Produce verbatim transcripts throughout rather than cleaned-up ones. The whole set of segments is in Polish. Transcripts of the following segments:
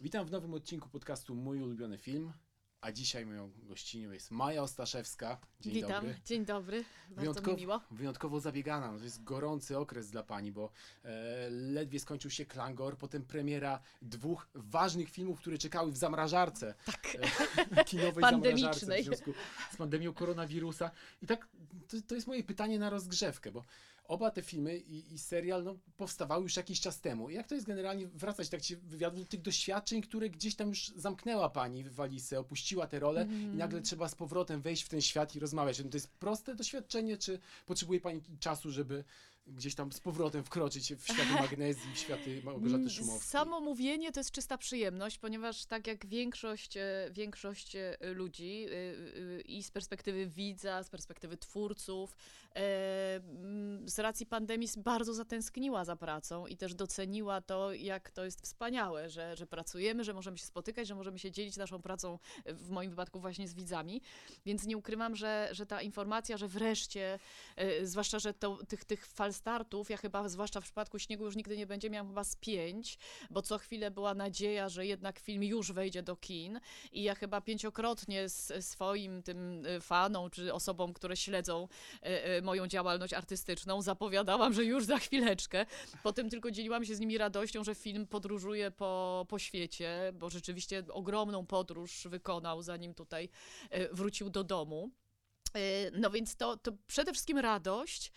Witam w nowym odcinku podcastu Mój ulubiony film, a dzisiaj moją gościnią jest Maja Ostaszewska. Dzień Witam, dobry. dzień dobry, bardzo Wyjątkowo, mi miło. wyjątkowo zabiegana, no to jest gorący okres dla pani, bo e, ledwie skończył się Klangor, potem premiera dwóch ważnych filmów, które czekały w zamrażarce. Tak, E, kinowej zamrażarce w pandemicznej. związku z pandemią koronawirusa. I tak, to, to jest moje pytanie na rozgrzewkę, bo oba te filmy i, i serial no, powstawały już jakiś czas temu. I jak to jest generalnie wracać tak się wywiadu do tych doświadczeń, które gdzieś tam już zamknęła pani w walizce, opuściła tę rolę Mm. i nagle trzeba z powrotem wejść w ten świat i rozmawiać. No, to jest proste doświadczenie, czy potrzebuje pani czasu, żeby gdzieś tam z powrotem wkroczyć w światy magnezji, w światy Małgorzaty Szumowskiej? Samo mówienie to jest czysta przyjemność, ponieważ tak jak większość, e, większość e, ludzi e, e, i z perspektywy widza, z perspektywy twórców, e, m, z racji pandemii bardzo zatęskniła za pracą i też doceniła to, jak to jest wspaniałe, że, że pracujemy, że możemy się spotykać, że możemy się dzielić naszą pracą, e, w moim wypadku właśnie z widzami, więc nie ukrywam, że, że ta informacja, że wreszcie, e, zwłaszcza, że to, tych, tych fal startów, ja chyba, zwłaszcza w przypadku Śniegu już nigdy nie będzie, miałam chyba z pięć, bo co chwilę była nadzieja, że jednak film już wejdzie do kin i ja chyba pięciokrotnie z swoim tym fanom, czy osobom, które śledzą e, moją działalność artystyczną, zapowiadałam, że już za chwileczkę. Potem tylko dzieliłam się z nimi radością, że film podróżuje po, po świecie, bo rzeczywiście ogromną podróż wykonał, zanim tutaj e, wrócił do domu. E, no więc to, to przede wszystkim radość.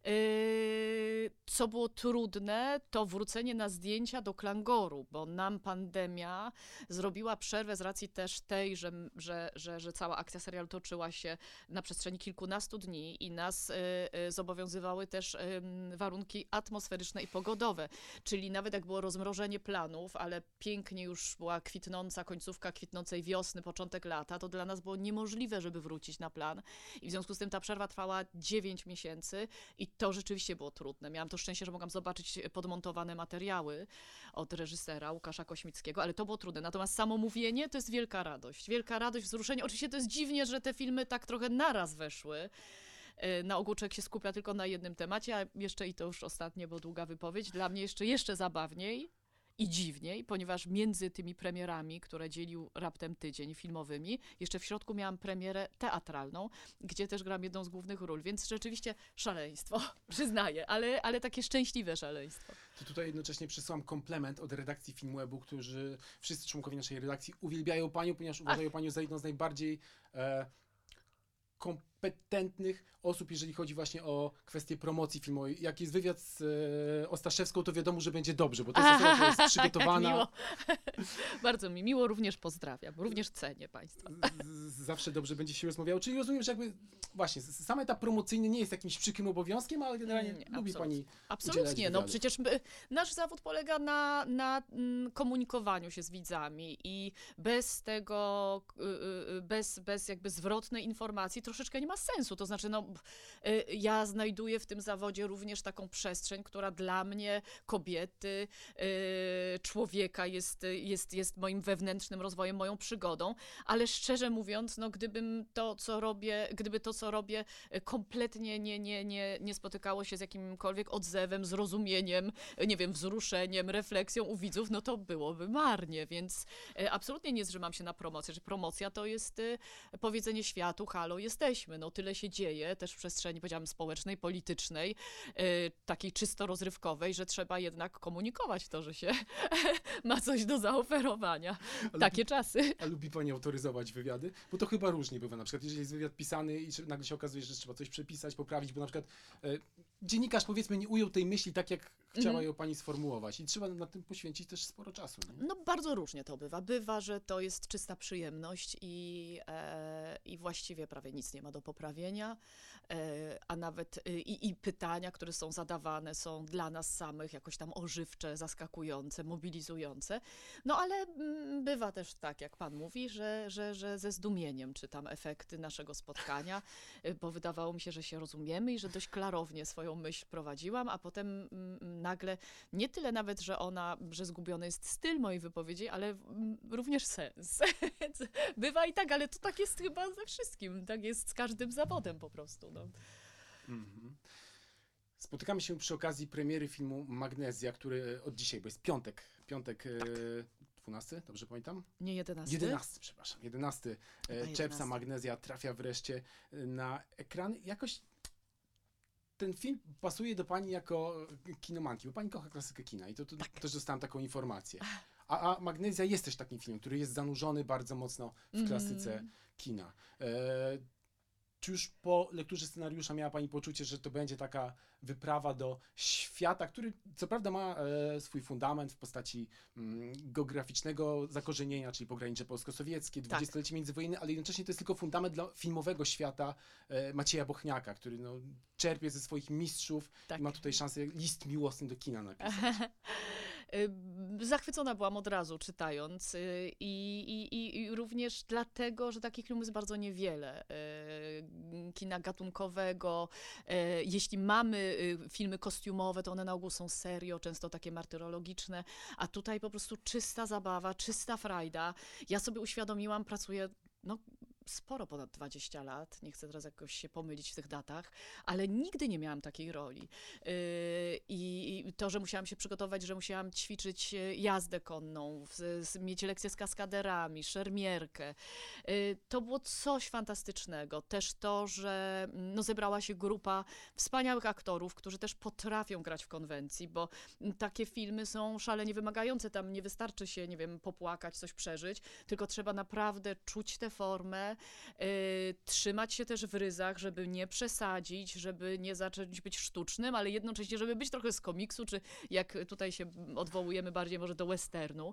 Yy, co było trudne, to wrócenie na zdjęcia do Klangoru, bo nam pandemia zrobiła przerwę z racji też tej, że, że, że, że cała akcja serialu toczyła się na przestrzeni kilkunastu dni i nas yy, yy, zobowiązywały też yy, warunki atmosferyczne i pogodowe, czyli nawet jak było rozmrożenie planów, ale pięknie już była kwitnąca końcówka kwitnącej wiosny, początek lata, to dla nas było niemożliwe, żeby wrócić na plan i w związku z tym ta przerwa trwała dziewięć miesięcy i to rzeczywiście było trudne. Miałam to szczęście, że mogłam zobaczyć podmontowane materiały od reżysera Łukasza Kośmickiego, ale to było trudne. Natomiast samo mówienie to jest wielka radość. Wielka radość, wzruszenie. Oczywiście to jest dziwnie, że te filmy tak trochę naraz weszły. Na ogół człowiek się skupia tylko na jednym temacie, a jeszcze i to już ostatnie, bo długa wypowiedź. Dla mnie jeszcze, jeszcze zabawniej i dziwniej, ponieważ między tymi premierami, które dzielił raptem tydzień filmowymi, jeszcze w środku miałam premierę teatralną, gdzie też gram jedną z głównych ról, więc rzeczywiście szaleństwo, przyznaję, ale, ale takie szczęśliwe szaleństwo. To tutaj jednocześnie przesyłam komplement od redakcji Filmwebu, którzy wszyscy członkowie naszej redakcji uwielbiają panią, ponieważ uważają panią za jedną z najbardziej e, kompetentnych osób, jeżeli chodzi właśnie o kwestię promocji filmowej. Jak jest wywiad z e, Ostaszewską, to wiadomo, że będzie dobrze, bo to jest osoba, która jest przygotowana. Miło. Bardzo mi miło, również pozdrawiam, również cenię państwa. Z, zawsze dobrze będzie się rozmawiało, czyli rozumiem, że jakby właśnie sam etap promocyjny nie jest jakimś przykrym obowiązkiem, ale generalnie Nie, nie, lubi absolut- pani Absolutnie, no wywiadów. przecież my, nasz zawód polega na, na mm, komunikowaniu się z widzami i bez tego, y, y, bez, bez jakby zwrotnej informacji troszeczkę nie ma sensu, to znaczy no y, ja znajduję w tym zawodzie również taką przestrzeń, która dla mnie, kobiety, y, człowieka jest, jest, jest moim wewnętrznym rozwojem, moją przygodą, ale szczerze mówiąc, no gdybym to, co robię, gdyby to, co robię kompletnie nie, nie, nie, nie spotykało się z jakimkolwiek odzewem, zrozumieniem, nie wiem, wzruszeniem, refleksją u widzów, no to byłoby marnie, więc e, absolutnie nie zrzymam się na promocję, że promocja to jest e, powiedzenie światu, halo, jesteśmy, no tyle się dzieje, też w przestrzeni, powiedziałam, społecznej, politycznej, e, takiej czysto rozrywkowej, że trzeba jednak komunikować to, że się ma coś do zaoferowania. A Takie lubi, czasy. a lubi pani autoryzować wywiady? Bo to chyba różnie bywa. Na przykład, jeżeli jest wywiad pisany i nagle się okazuje, że trzeba coś przepisać, poprawić, bo na przykład e, dziennikarz, powiedzmy, nie ujął tej myśli tak, jak chciała Mhm. ją pani sformułować i trzeba na tym poświęcić też sporo czasu. Nie? No bardzo różnie to bywa. Bywa, że to jest czysta przyjemność i, e, i właściwie prawie nic nie ma do poprawienia, e, a nawet e, i, i pytania, które są zadawane, są dla nas samych jakoś tam ożywcze, zaskakujące, mobilizujące. No ale mm, bywa też tak, jak pan mówi, że, że, że ze zdumieniem czytam efekty naszego spotkania, e, bo wydawało mi się, że się rozumiemy i że dość klarownie swoją myśl prowadziłam, a potem mm, nagle nie tyle nawet, że ona, że zgubiony jest styl mojej wypowiedzi, ale mm, również sens. Więc bywa i tak, ale to tak jest chyba ze wszystkim. Tak jest z każdym zawodem po prostu. No. Mhm. Spotykamy się przy okazji premiery filmu Magnezja, który od dzisiaj, bo jest piątek, piątek e, dwunasty, dobrze pamiętam? Nie jedenasty? jedenasty, przepraszam. jedenasty. Chyba Czepsa jedenasty. Magnezja trafia wreszcie na ekran. Jakoś ten film pasuje do pani jako kinomanki, bo pani kocha klasykę kina i to, to Tak. też dostałam taką informację. A, a Magnezja jest też takim filmem, który jest zanurzony bardzo mocno w klasyce Mhm. kina. E, czy już po lekturze scenariusza miała pani poczucie, że to będzie taka wyprawa do świata, który co prawda ma e, swój fundament w postaci mm, geograficznego zakorzenienia, czyli pogranicze polsko-sowieckie, dwudziestolecie międzywojenne, ale jednocześnie to jest tylko fundament dla filmowego świata e, Macieja Bochniaka, który no, czerpie ze swoich mistrzów Tak. i ma tutaj szansę list miłosny do kina napisać. Y, Zachwycona byłam od razu czytając y, i, i, i również dlatego, że takich filmów jest bardzo niewiele. Y, Kina gatunkowego. y, Jeśli mamy y, filmy kostiumowe, to one na ogół są serio, często takie martyrologiczne, a tutaj po prostu czysta zabawa, czysta frajda. Ja sobie uświadomiłam, pracuję no, sporo ponad dwadzieścia lat, nie chcę teraz jakoś się pomylić w tych datach, ale nigdy nie miałam takiej roli. Yy, I i to, że musiałam się przygotować, że musiałam ćwiczyć e, jazdę konną, w- z, mieć lekcje z kaskaderami, szermierkę, yy, to było coś fantastycznego. Też to, że mm, no, zebrała się grupa wspaniałych aktorów, którzy też potrafią grać w konwencji, bo mm, takie filmy są szalenie wymagające. Tam nie wystarczy się, nie wiem, popłakać, coś przeżyć, tylko trzeba naprawdę czuć tę formę, y, trzymać się też w ryzach, żeby nie przesadzić, żeby nie zacząć być sztucznym, ale jednocześnie, żeby być trochę z komiksu, czy jak tutaj się odwołujemy bardziej może do westernu.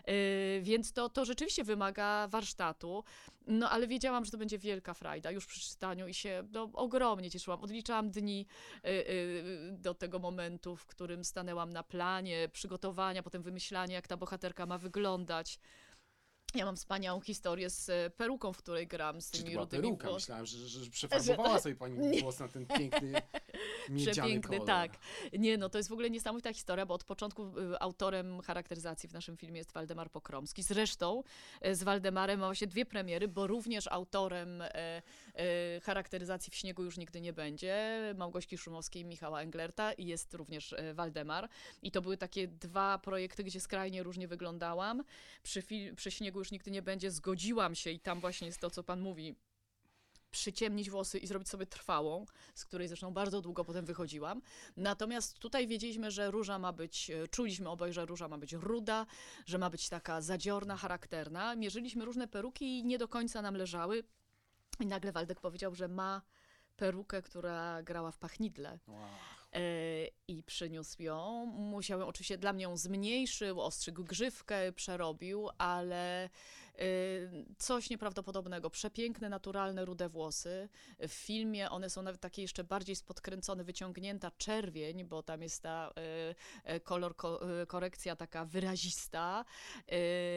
Y, więc to, to rzeczywiście wymaga warsztatu, no ale wiedziałam, że to będzie wielka frajda już przy czytaniu i się no, ogromnie cieszyłam. Odliczałam dni y, y, do tego momentu, w którym stanęłam na planie, przygotowania, potem wymyślania, jak ta bohaterka ma wyglądać. Ja mam wspaniałą historię z e, peruką, w której gram, z Czy to tymi była rudymi peruka? włos- Myślałem, że, że, że przefarbowała sobie pani Nie. włos na ten piękny, miedziany Przepiękny, kolor. tak. Nie, no to jest w ogóle niesamowita historia, bo od początku y, autorem charakteryzacji w naszym filmie jest Waldemar Pokromski. Zresztą y, z Waldemarem ma właśnie dwie premiery, bo również autorem y, y, charakteryzacji W śniegu już nigdy nie będzie, Małgosi Szumowskiej i Michała Englerta i jest również y, Waldemar. I to były takie dwa projekty, gdzie skrajnie różnie wyglądałam. Przy, fil- przy Śniegu już nigdy nie będzie zgodziłam się i tam właśnie jest to, co pan mówi, przyciemnić włosy i zrobić sobie trwałą, z której zresztą bardzo długo potem wychodziłam. Natomiast tutaj wiedzieliśmy, że róża ma być, e, czuliśmy obaj, że róża ma być ruda, że ma być taka zadziorna, charakterna. Mierzyliśmy różne peruki i nie do końca nam leżały. I nagle Waldek powiedział, że ma perukę, która grała w Pachnidle. Wow. E, I przyniósł ją. Musiał ją, oczywiście dla mnie ją zmniejszył, ostrzygł grzywkę, przerobił, ale e, coś nieprawdopodobnego. Przepiękne, naturalne, rude włosy. W filmie one są nawet takie jeszcze bardziej spodkręcone, wyciągnięta czerwień, bo tam jest ta e, e, kolor, ko, e, korekcja taka wyrazista. E,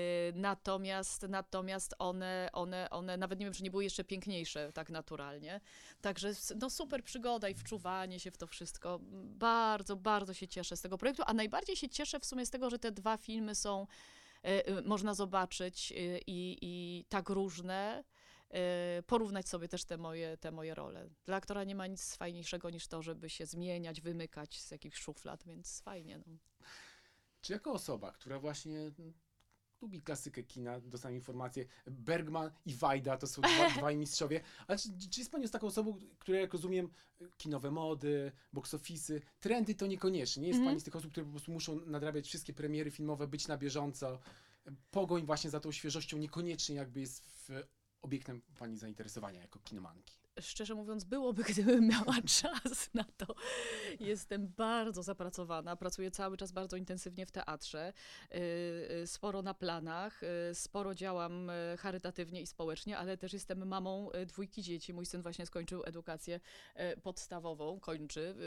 natomiast natomiast one, one, one, nawet nie wiem, czy nie były jeszcze piękniejsze tak naturalnie. Także s- no super przygoda i wczuwanie się w to wszystko. Bardzo, bardzo się cieszę z tego projektu, a najbardziej się cieszę w sumie z tego, że te dwa filmy są, e, e, można zobaczyć e, i, i tak różne, e, porównać sobie też te moje, te moje role. Dla aktora nie ma nic fajniejszego niż to, żeby się zmieniać, wymykać z jakichś szuflad, więc fajnie. No. Czy jako osoba, która właśnie mm, lubi klasykę kina, dostałem informację, Bergman i Wajda to są dwa, dwaj mistrzowie, ale czy, czy jest pani z taką osobą, która jak rozumiem, kinowe mody, box office'y, trendy to niekoniecznie, nie jest Mhm. pani z tych osób, które po prostu muszą nadrabiać wszystkie premiery filmowe, być na bieżąco, pogoń właśnie za tą świeżością niekoniecznie jakby jest w obiektem pani zainteresowania jako kinomanki. Szczerze mówiąc, byłoby, gdybym miała czas na to. Jestem bardzo zapracowana, pracuję cały czas bardzo intensywnie w teatrze, yy, yy, sporo na planach, yy, sporo działam yy, charytatywnie i społecznie, ale też jestem mamą yy, dwójki dzieci. Mój syn właśnie skończył edukację yy, podstawową, kończy,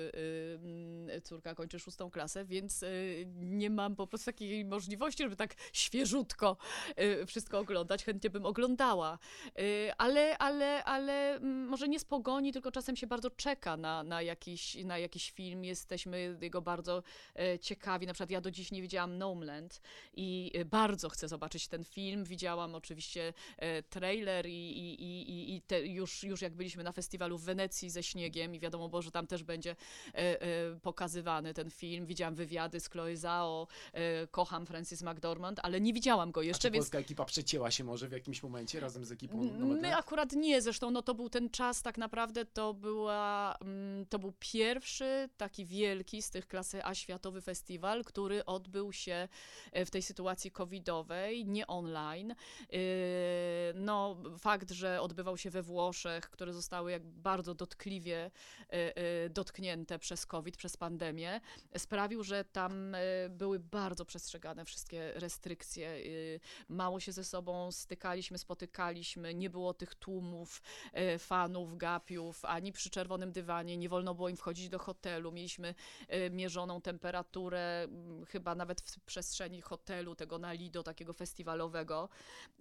yy, yy, córka kończy szóstą klasę, więc yy, nie mam po prostu takiej możliwości, żeby tak świeżutko yy, wszystko oglądać. Chętnie bym oglądała, yy, ale, ale, ale mm, może nie z pogoni, tylko czasem się bardzo czeka na, na, jakiś, na jakiś film, jesteśmy jego bardzo e, ciekawi. Na przykład ja do dziś nie widziałam Nomadland i e, bardzo chcę zobaczyć ten film. Widziałam oczywiście e, trailer i, i, i, i te, już, już jak byliśmy na festiwalu w Wenecji ze śniegiem i wiadomo było, że tam też będzie e, e, pokazywany ten film. Widziałam wywiady z Chloe Zhao, e, kocham Frances McDormand, ale nie widziałam go jeszcze. A czy więc... polska ekipa przecięła się może w jakimś momencie razem z ekipą My Nomadland? akurat nie, zresztą no to był ten czas tak naprawdę, to była, mm, to był pierwszy taki wielki z tych klasy A światowy festiwal, który odbył się e, w tej sytuacji covidowej, nie online. Yy, No fakt, że odbywał się we Włoszech, które zostały jak bardzo dotkliwie e, e, dotknięte przez COVID, przez pandemię, sprawił, że tam e, były bardzo przestrzegane wszystkie restrykcje. Yy, Mało się ze sobą stykaliśmy, spotykaliśmy, nie było tych tłumów e, fanów, gapiów, ani przy czerwonym dywanie, nie wolno było im wchodzić do hotelu, mieliśmy e, mierzoną temperaturę, m, chyba nawet w przestrzeni hotelu, tego na Lido, takiego festiwalowego, e,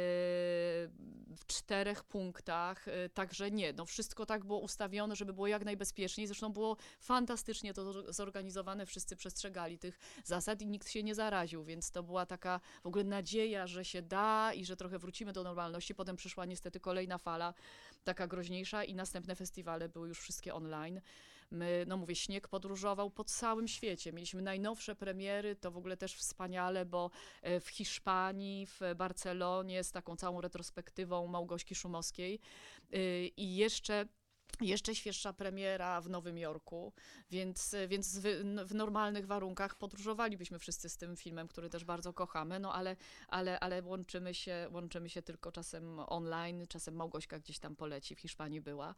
w czterech punktach, e, także nie, no wszystko tak było ustawione, żeby było jak najbezpieczniej, zresztą było fantastycznie to zorganizowane, wszyscy przestrzegali tych zasad i nikt się nie zaraził, więc to była taka w ogóle nadzieja, że się da i że trochę wrócimy do normalności. Potem przyszła niestety kolejna fala, taka groźniejsza i następne festiwale były już wszystkie online. My, no mówię, śnieg podróżował po całym świecie. Mieliśmy najnowsze premiery, to w ogóle też wspaniale, bo e, w Hiszpanii, w Barcelonie z taką całą retrospektywą Małgośki Szumowskiej y, i jeszcze Jeszcze świeższa premiera w Nowym Jorku, więc, więc w, w normalnych warunkach podróżowalibyśmy wszyscy z tym filmem, który też bardzo kochamy, no ale, ale, ale łączymy się, łączymy się tylko czasem online, czasem Małgośka gdzieś tam poleci, w Hiszpanii była.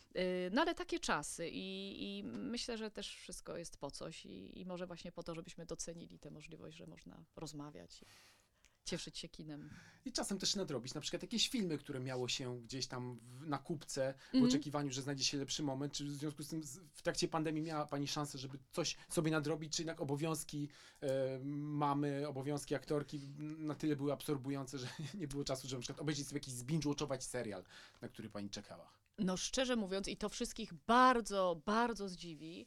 No ale takie czasy i, i myślę, że też wszystko jest po coś i, i może właśnie po to, żebyśmy docenili tę możliwość, że można rozmawiać. Cieszyć się kinem. I czasem też nadrobić na przykład jakieś filmy, które miało się gdzieś tam w, na kupce w Mhm. oczekiwaniu, że znajdzie się lepszy moment. Czy w związku z tym z- w trakcie pandemii miała Pani szansę, żeby coś sobie nadrobić, czy jednak obowiązki e, mamy, obowiązki aktorki na tyle były absorbujące, że nie było czasu, żeby na przykład obejrzeć sobie jakiś zbinge-watchować serial, na który Pani czekała? No szczerze mówiąc, i to wszystkich bardzo, bardzo zdziwi,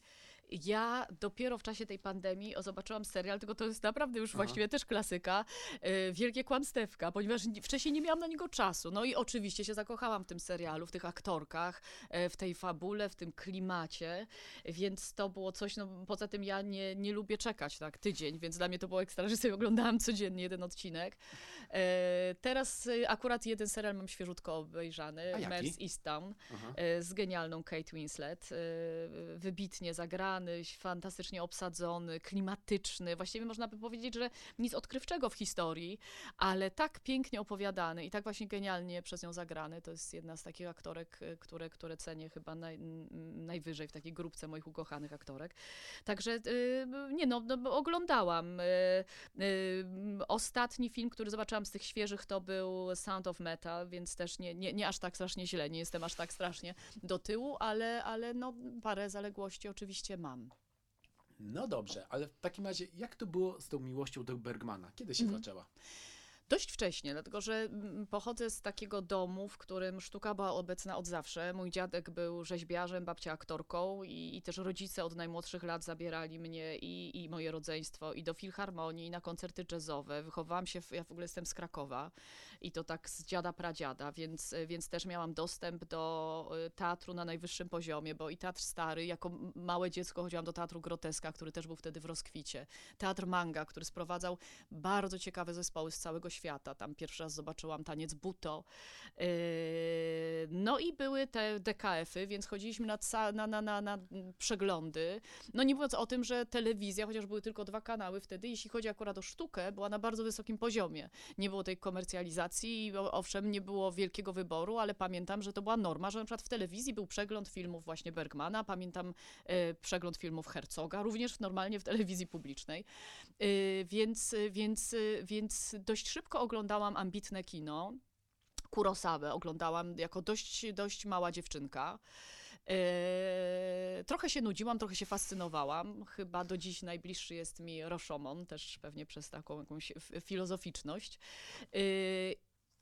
ja dopiero w czasie tej pandemii o, zobaczyłam serial, tylko to jest naprawdę już Aha. właściwie też klasyka, y, Wielkie Kłamstewka, ponieważ nie- wcześniej nie miałam na niego czasu. No i oczywiście się zakochałam w tym serialu, w tych aktorkach, e, w tej fabule, w tym klimacie, więc to było coś, no poza tym ja nie, nie lubię czekać tak tydzień, więc dla mnie to było ekstra, że sobie oglądałam codziennie jeden odcinek. E, Teraz y, akurat jeden serial mam świeżutko obejrzany, A jaki? Mers Easttown, Aha. e, z genialną Kate Winslet, e, wybitnie zagrany, fantastycznie obsadzony, klimatyczny. Właściwie można by powiedzieć, że nic odkrywczego w historii, ale tak pięknie opowiadany i tak właśnie genialnie przez nią zagrany. To jest jedna z takich aktorek, e, które, które cenię chyba naj, n- najwyżej w takiej grupce moich ukochanych aktorek. Także e, nie no, no oglądałam. E, e, Ostatni film, który zobaczyłam z tych świeżych, to był Sound of Metal, więc też nie, nie, nie aż tak strasznie źle, nie jestem aż tak strasznie do tyłu, ale, ale no parę zaległości oczywiście mam. No dobrze, ale w takim razie jak to było z tą miłością do Bergmana? Kiedy się Mhm. zaczęła? Dość wcześnie, dlatego że mm, pochodzę z takiego domu, w którym sztuka była obecna od zawsze. Mój dziadek był rzeźbiarzem, babcia aktorką i, i też rodzice od najmłodszych lat zabierali mnie i, i moje rodzeństwo i do filharmonii, i na koncerty jazzowe. Wychowałam się, w, ja w ogóle jestem z Krakowa i to tak z dziada pradziada, więc, więc też miałam dostęp do y, teatru na najwyższym poziomie, bo i teatr stary, jako m- małe dziecko chodziłam do teatru Groteska, który też był wtedy w rozkwicie. Teatr Manga, który sprowadzał bardzo ciekawe zespoły z całego świata. Tam pierwszy raz zobaczyłam taniec buto. Yy, No i były te D K F-y, więc chodziliśmy na, ca- na, na, na, na przeglądy. No nie mówiąc o tym, że telewizja, chociaż były tylko dwa kanały wtedy, jeśli chodzi akurat o sztukę, była na bardzo wysokim poziomie. Nie było tej komercjalizacji i o- owszem, nie było wielkiego wyboru, ale pamiętam, że to była norma, że na przykład w telewizji był przegląd filmów właśnie Bergmana, pamiętam e, przegląd filmów Herzoga, również normalnie w telewizji publicznej. Y, Więc, więc, więc dość szybko oglądałam ambitne kino. Kurosawę oglądałam jako dość, dość mała dziewczynka. Yy, trochę się nudziłam, trochę się fascynowałam. Chyba do dziś najbliższy jest mi Rashomon, też pewnie przez taką jakąś f- filozoficzność. Yy,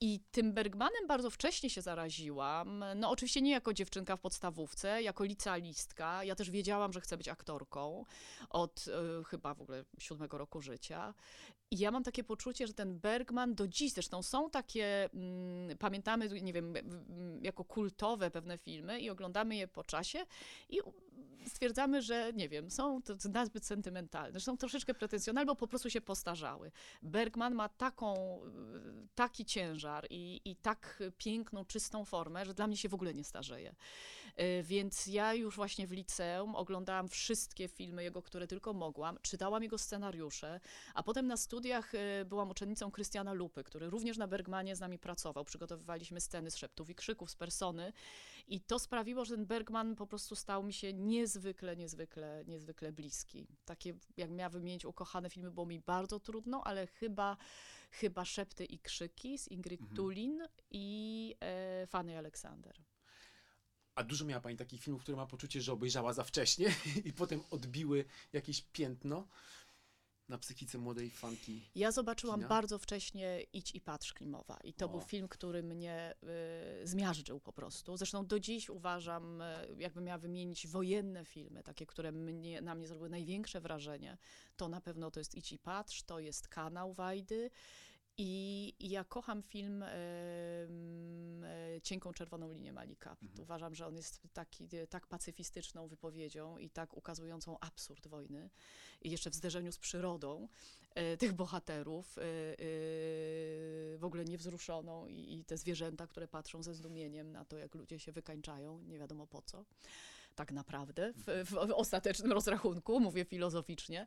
I tym Bergmanem bardzo wcześnie się zaraziłam. No oczywiście nie jako dziewczynka w podstawówce, jako licealistka. Ja też wiedziałam, że chcę być aktorką od y, chyba w ogóle siódmego roku życia. I ja mam takie poczucie, że ten Bergman do dziś, zresztą są takie, mm, pamiętamy, nie wiem, mm, jako kultowe pewne filmy i oglądamy je po czasie i stwierdzamy, że nie wiem, są to nazbyt sentymentalne, że są troszeczkę pretensjonalne, bo po prostu się postarzały. Bergman ma taką, taki ciężar i, i tak piękną, czystą formę, że dla mnie się w ogóle nie starzeje. Więc ja już właśnie w liceum oglądałam wszystkie filmy jego, które tylko mogłam, czytałam jego scenariusze, a potem na studiach byłam uczennicą Krystiana Lupy, który również na Bergmanie z nami pracował. Przygotowywaliśmy sceny z Szeptów i Krzyków, z Persony i to sprawiło, że ten Bergman po prostu stał mi się niezwykle, niezwykle, niezwykle bliski. Takie, jak miała wymienić ukochane filmy, było mi bardzo trudno, ale chyba, chyba Szepty i Krzyki z Ingrid Mhm. Tulin i e, Fanny Alexander. A dużo miała pani takich filmów, które ma poczucie, że obejrzała za wcześnie i potem odbiły jakieś piętno na psychice młodej fanki? Ja zobaczyłam kina? bardzo wcześnie Idź i patrz Klimowa i to O. był film, który mnie y, zmiażdżył po prostu. Zresztą do dziś uważam, y, jakbym miała wymienić wojenne filmy, takie, które mnie, na mnie zrobiły największe wrażenie, to na pewno to jest Idź i patrz, to jest Kanał Wajdy. I, I ja kocham film y, y, Cienką czerwoną linię Malika. Mhm. Uważam, że on jest taki, tak pacyfistyczną wypowiedzią i tak ukazującą absurd wojny. I jeszcze w zderzeniu z przyrodą y, tych bohaterów, y, y, w ogóle niewzruszoną i, i te zwierzęta, które patrzą ze zdumieniem na to, jak ludzie się wykańczają, nie wiadomo po co. Tak naprawdę, w, w, w ostatecznym rozrachunku, mówię filozoficznie.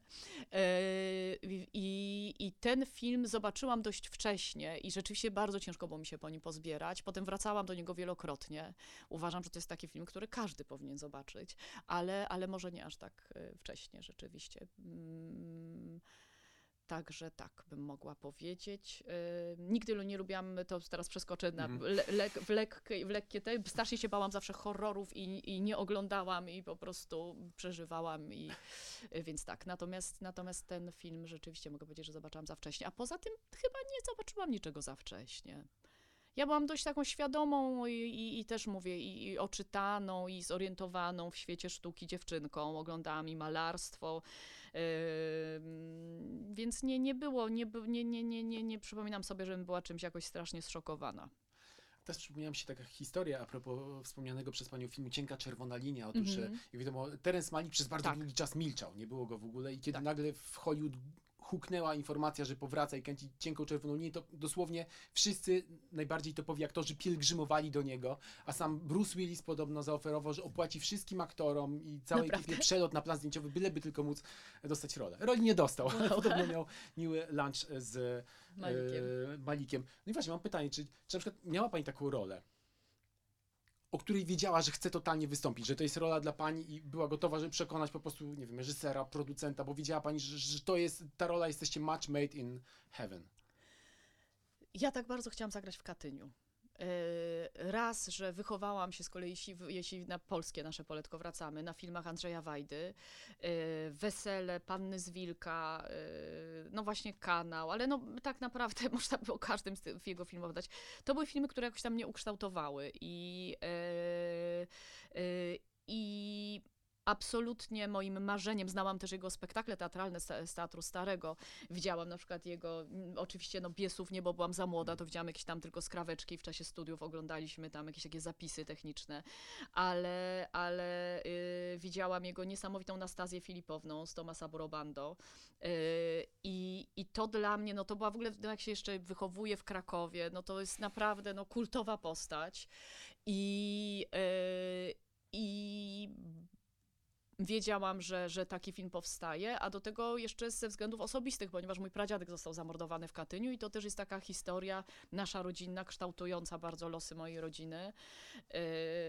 I, I ten film zobaczyłam dość wcześnie i rzeczywiście bardzo ciężko było mi się po nim pozbierać. Potem wracałam do niego wielokrotnie. Uważam, że to jest taki film, który każdy powinien zobaczyć, ale, ale może nie aż tak wcześnie rzeczywiście. Mm. Także tak bym mogła powiedzieć. Yy, nigdy nie lubiłam, to teraz przeskoczę na Mhm. le, le, w, lekkie, w lekkie te, strasznie się bałam zawsze horrorów i, i nie oglądałam i po prostu przeżywałam i yy, więc tak. Natomiast, natomiast ten film rzeczywiście mogę powiedzieć, że zobaczyłam za wcześnie, a poza tym chyba nie zobaczyłam niczego za wcześnie. Ja byłam dość taką świadomą i, i, i też mówię, i, i oczytaną, i zorientowaną w świecie sztuki dziewczynką. Oglądałam i malarstwo, yy, więc nie, nie było, nie, nie, nie, nie, nie, nie przypominam sobie, żebym była czymś jakoś strasznie zszokowana. Teraz przypomniała mi się taka historia a propos wspomnianego przez panią filmu Cienka czerwona linia. Otóż, Mhm. mm-hmm. jak wiadomo, Terence Malick przez bardzo Tak. długi czas milczał, nie było go w ogóle i kiedy Tak. nagle w Hollywood huknęła informacja, że powraca i kręci Cienką czerwoną linię, to dosłownie wszyscy najbardziej topowi aktorzy pielgrzymowali do niego, a sam Bruce Willis podobno zaoferował, że opłaci wszystkim aktorom i całej Naprawdę? ekipie przelot na plan zdjęciowy, byleby tylko móc dostać rolę. Roli nie dostał, ale podobno miał miły lunch z Malikiem. e, Malikiem. No i właśnie, mam pytanie, czy, czy na przykład miała pani taką rolę, o której wiedziała, że chce totalnie wystąpić, że to jest rola dla pani i była gotowa, żeby przekonać po prostu, nie wiem, reżysera, producenta, bo wiedziała pani, że, że to jest, ta rola, jesteście match made in heaven. Ja tak bardzo chciałam zagrać w Katyniu. Yy, Raz, że wychowałam się z kolei, jeśli, jeśli na polskie nasze poletko wracamy, na filmach Andrzeja Wajdy, yy, Wesele, Panny z Wilka, yy, no właśnie Kanał, ale no tak naprawdę można by o każdym z tych jego filmów dać. To były filmy, które jakoś tam mnie ukształtowały i, yy, yy, i absolutnie moim marzeniem, znałam też jego spektakle teatralne z, z Teatru Starego, widziałam na przykład jego, m, oczywiście no Biesów nie, bo byłam za młoda, to widziałam jakieś tam tylko skraweczki, w czasie studiów oglądaliśmy tam jakieś takie zapisy techniczne, ale, ale y, widziałam jego niesamowitą Nastazję Filipowną z Tomasa Borobando y, i, i to dla mnie, no to była w ogóle, no jak się jeszcze wychowuje w Krakowie, no to jest naprawdę no kultowa postać i, y, i wiedziałam, że, że taki film powstaje, a do tego jeszcze ze względów osobistych, ponieważ mój pradziadek został zamordowany w Katyniu i to też jest taka historia nasza rodzinna, kształtująca bardzo losy mojej rodziny. Yy,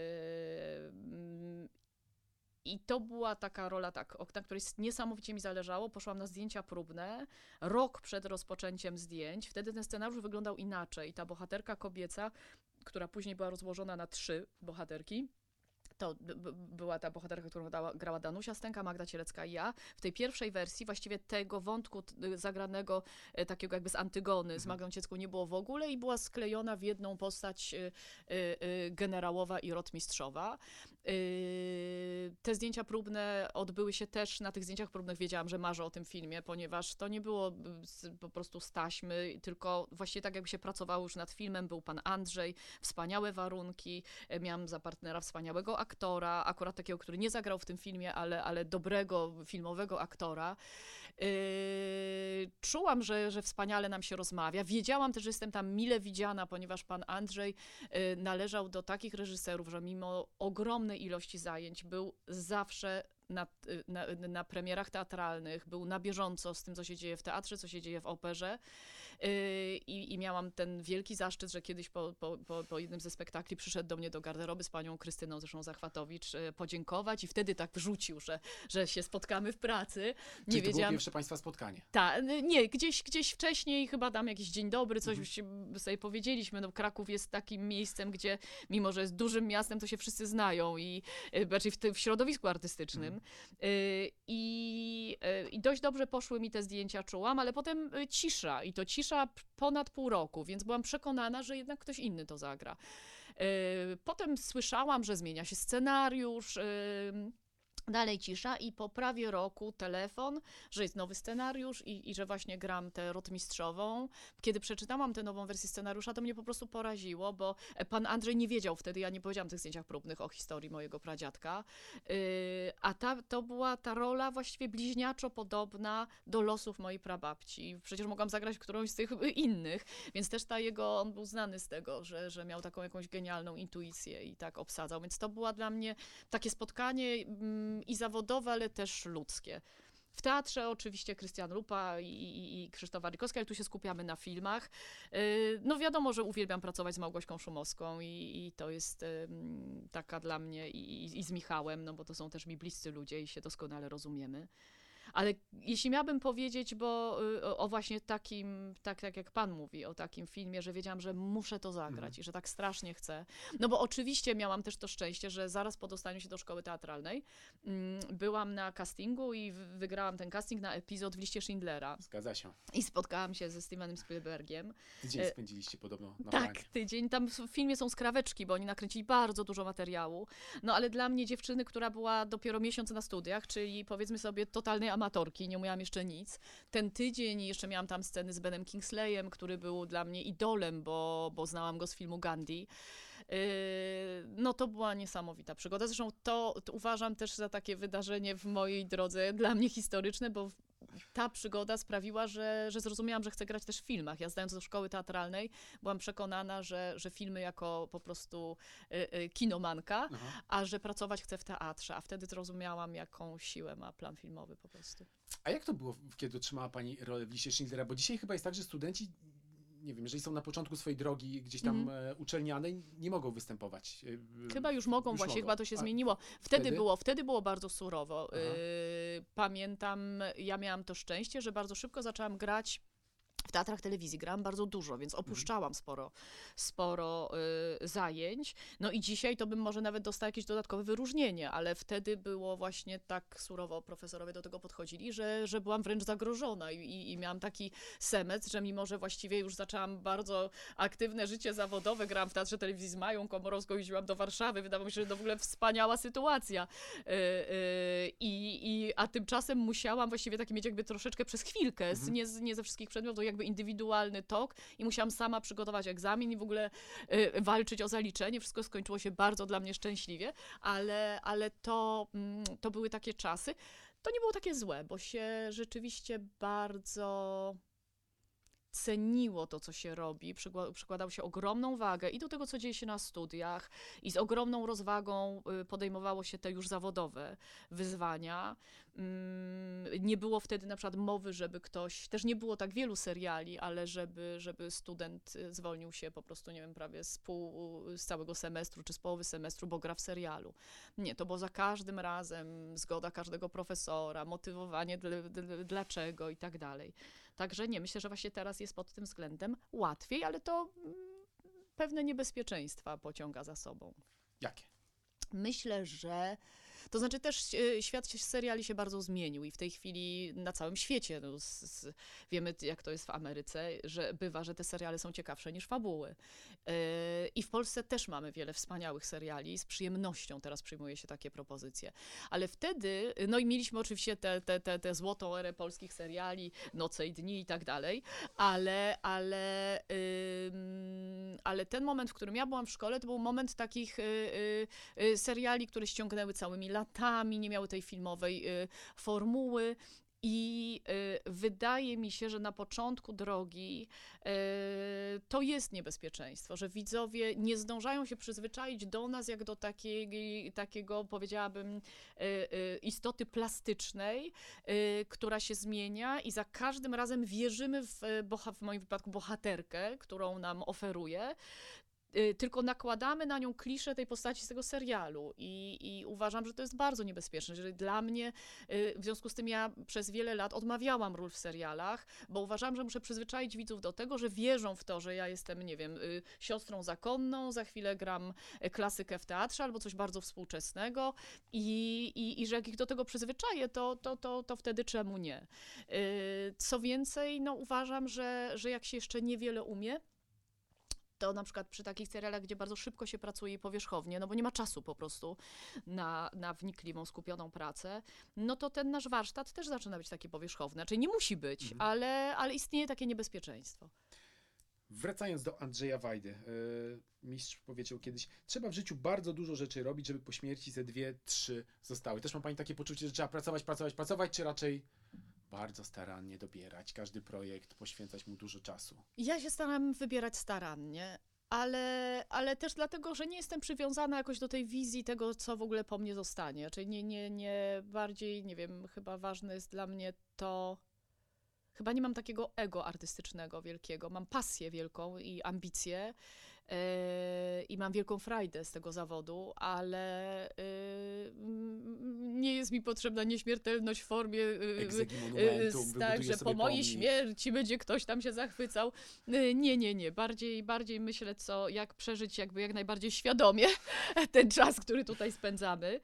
I to była taka rola, tak, na której niesamowicie mi zależało. Poszłam na zdjęcia próbne, rok przed rozpoczęciem zdjęć. Wtedy ten scenariusz wyglądał inaczej. Ta bohaterka kobieca, która później była rozłożona na trzy bohaterki, To b- b- była ta bohaterka, którą dała, grała Danusia Stęka, Magda Cielecka i ja. W tej pierwszej wersji właściwie tego wątku t- zagranego e, takiego jakby z Antygony, z Mhm. Magdą Ciecką nie było w ogóle i była sklejona w jedną postać e, e, e, generałowa i rotmistrzowa. E, Te zdjęcia próbne odbyły się też, na tych zdjęciach próbnych wiedziałam, że marzę o tym filmie, ponieważ to nie było b- z, po prostu z taśmy, tylko właściwie tak jakby się pracowało już nad filmem, był pan Andrzej, wspaniałe warunki, e, miałam za partnera wspaniałego aktora, akurat takiego, który nie zagrał w tym filmie, ale, ale dobrego filmowego aktora. Yy, czułam, że, że wspaniale nam się rozmawia. Wiedziałam też, że jestem tam mile widziana, ponieważ pan Andrzej yy, należał do takich reżyserów, że mimo ogromnej ilości zajęć był zawsze na, na, na premierach teatralnych, był na bieżąco z tym, co się dzieje w teatrze, co się dzieje w operze. Yy, I, I miałam ten wielki zaszczyt, że kiedyś po, po, po, po jednym ze spektakli przyszedł do mnie do garderoby z panią Krystyną, zresztą Zachwatowicz, yy, podziękować i wtedy tak wrzucił, że, że się spotkamy w pracy. Nie Czyli to było wiedziałam. pierwsze państwa spotkanie. Tak, nie, gdzieś, gdzieś wcześniej chyba dam jakiś dzień dobry, coś Mhm. już sobie powiedzieliśmy. No, Kraków jest takim miejscem, gdzie mimo, że jest dużym miastem, to się wszyscy znają i y, raczej w, tym- w środowisku artystycznym. Mhm. Y, i, y, I dość dobrze poszły mi te zdjęcia, czułam, ale potem y, cisza i to cisza p- ponad pół roku, więc byłam przekonana, że jednak ktoś inny to zagra. Y, Potem słyszałam, że zmienia się scenariusz. y, Dalej cisza i po prawie roku telefon, że jest nowy scenariusz i, i że właśnie gram tę rotmistrzową. Kiedy przeczytałam tę nową wersję scenariusza, to mnie po prostu poraziło, bo pan Andrzej nie wiedział wtedy, ja nie powiedziałam w tych zdjęciach próbnych o historii mojego pradziadka, yy, a ta, to była ta rola właściwie bliźniaczo podobna do losów mojej prababci. Przecież mogłam zagrać którąś z tych innych, więc też ta jego, on był znany z tego, że, że miał taką jakąś genialną intuicję i tak obsadzał, więc to była dla mnie takie spotkanie mm, i zawodowe, ale też ludzkie. W teatrze oczywiście Krystian Lupa i, i, i Krzysztof Warlikowski, ale tu się skupiamy na filmach. Yy, No wiadomo, że uwielbiam pracować z Małgośką Szumowską i, i to jest ym, taka dla mnie i, i, i z Michałem, no bo to są też mi bliscy ludzie i się doskonale rozumiemy. Ale jeśli miałabym powiedzieć, bo y, o, o właśnie takim, tak, tak jak pan mówi, o takim filmie, że wiedziałam, że muszę to zagrać Mhm. i że tak strasznie chcę. No bo oczywiście miałam też to szczęście, że zaraz po dostaniu się do szkoły teatralnej mm, byłam na castingu i w- wygrałam ten casting na epizod w liście Schindlera. Zgadza się. I spotkałam się ze Stevenem Spielbergiem. Tydzień E, spędziliście podobno na Tak, planie. tydzień. Tam w filmie są skraweczki, bo oni nakręcili bardzo dużo materiału. No ale dla mnie dziewczyny, która była dopiero miesiąc na studiach, czyli powiedzmy sobie totalnej amatorki, nie umiałam jeszcze nic. Ten tydzień jeszcze miałam tam sceny z Benem Kingsleyem, który był dla mnie idolem, bo, bo znałam go z filmu Gandhi. Yy, No to była niesamowita przygoda. Zresztą to, to uważam też za takie wydarzenie w mojej drodze dla mnie historyczne, bo ta przygoda sprawiła, że, że zrozumiałam, że chcę grać też w filmach. Ja zdając do szkoły teatralnej byłam przekonana, że, że filmy jako po prostu y, y, kinomanka, Aha. a że pracować chcę w teatrze, a wtedy zrozumiałam, jaką siłę ma plan filmowy po prostu. A jak to było, kiedy otrzymała pani rolę w liście Schindlera? Bo dzisiaj chyba jest tak, że studenci, nie wiem, jeżeli są na początku swojej drogi gdzieś tam Mhm. e, uczelnianej, nie mogą występować. E, Chyba już mogą, już właśnie mogą. chyba to się A zmieniło. Wtedy, wtedy? było, wtedy było bardzo surowo. Aha. Yy, pamiętam, ja miałam to szczęście, że bardzo szybko zaczęłam grać w teatrach telewizji. Grałam bardzo dużo, więc opuszczałam sporo, sporo y, zajęć. No i dzisiaj to bym może nawet dostała jakieś dodatkowe wyróżnienie, ale wtedy było właśnie tak surowo profesorowie do tego podchodzili, że, że byłam wręcz zagrożona i, i, i miałam taki semestr, że mimo, że właściwie już zaczęłam bardzo aktywne życie zawodowe, grałam w Teatrze Telewizji z Mają Komorowską, jeździłam do Warszawy, wydawało mi się, że to w ogóle wspaniała sytuacja. Y, y, i, i, a tymczasem musiałam właściwie taki mieć jakby troszeczkę przez chwilkę, z, Mhm. nie, z, nie ze wszystkich przedmiotów, jakby indywidualny tok i musiałam sama przygotować egzamin i w ogóle y, walczyć o zaliczenie. Wszystko skończyło się bardzo dla mnie szczęśliwie, ale, ale to, mm, to były takie czasy. To nie było takie złe, bo się rzeczywiście bardzo ceniło to, co się robi, przykła- przykładał się ogromną wagę i do tego, co dzieje się na studiach i z ogromną rozwagą y, podejmowało się te już zawodowe wyzwania. Mm, Nie było wtedy na przykład mowy, żeby ktoś, też nie było tak wielu seriali, ale żeby, żeby student y, zwolnił się po prostu, nie wiem, prawie z pół, z całego semestru czy z połowy semestru, bo gra w serialu. Nie, to było za każdym razem zgoda każdego profesora, motywowanie dl, dl, dlaczego i tak dalej. Także nie, myślę, że właśnie teraz jest pod tym względem łatwiej, ale to mm, pewne niebezpieczeństwa pociąga za sobą. Jakie? Myślę, że to znaczy też e, świat się- seriali się bardzo zmienił i w tej chwili na całym świecie, no, z, z, wiemy jak to jest w Ameryce, że bywa, że te seriale są ciekawsze niż fabuły. E, I w Polsce też mamy wiele wspaniałych seriali, z przyjemnością teraz przyjmuje się takie propozycje. Ale wtedy, no i mieliśmy oczywiście tę te, te, te złotą erę polskich seriali, Noce i dni i tak dalej, ale, ale, ym, ale ten moment, w którym ja byłam w szkole, to był moment takich y, y, y, seriali, które ściągnęły całymi latami, nie miały tej filmowej y, formuły. I y, wydaje mi się, że na początku drogi y, to jest niebezpieczeństwo, że widzowie nie zdążają się przyzwyczaić do nas jak do takiej, takiego, powiedziałabym, y, y, istoty plastycznej, y, która się zmienia i za każdym razem wierzymy w, boha- w moim wypadku, bohaterkę, którą nam oferuje. Y, Tylko nakładamy na nią kliszę tej postaci z tego serialu i, i uważam, że to jest bardzo niebezpieczne, że dla mnie, y, w związku z tym ja przez wiele lat odmawiałam ról w serialach, bo uważam, że muszę przyzwyczaić widzów do tego, że wierzą w to, że ja jestem, nie wiem, y, siostrą zakonną, za chwilę gram y, klasykę w teatrze albo coś bardzo współczesnego i, i, i że jak ich do tego przyzwyczaję, to, to, to, to wtedy czemu nie? Y, Co więcej, no uważam, że, że jak się jeszcze niewiele umie, to na przykład przy takich serialach, gdzie bardzo szybko się pracuje powierzchownie, no bo nie ma czasu po prostu na, na wnikliwą, skupioną pracę, no to ten nasz warsztat też zaczyna być taki powierzchowny. Znaczy nie musi być, Mhm. ale, ale istnieje takie niebezpieczeństwo. Wracając do Andrzeja Wajdy, yy, mistrz powiedział kiedyś, trzeba w życiu bardzo dużo rzeczy robić, żeby po śmierci ze dwie, trzy zostały. Też ma pani takie poczucie, że trzeba pracować, pracować, pracować, czy raczej bardzo starannie dobierać każdy projekt, poświęcać mu dużo czasu? Ja się staram wybierać starannie, ale, ale też dlatego, że nie jestem przywiązana jakoś do tej wizji tego, co w ogóle po mnie zostanie. Czyli nie, nie, nie bardziej, nie wiem, chyba ważne jest dla mnie to. Chyba nie mam takiego ego artystycznego wielkiego. Mam pasję wielką i ambicje yy, i mam wielką frajdę z tego zawodu, ale yy, mm, nie jest mi potrzebna nieśmiertelność w formie yy, Egzegi yy, monumentum, tak, wybuduje że sobie po mojej pomnik. śmierci będzie ktoś tam się zachwycał. Yy, Nie, nie, nie. Bardziej, bardziej myślę, co, jak przeżyć jakby jak najbardziej świadomie ten czas, który tutaj spędzamy.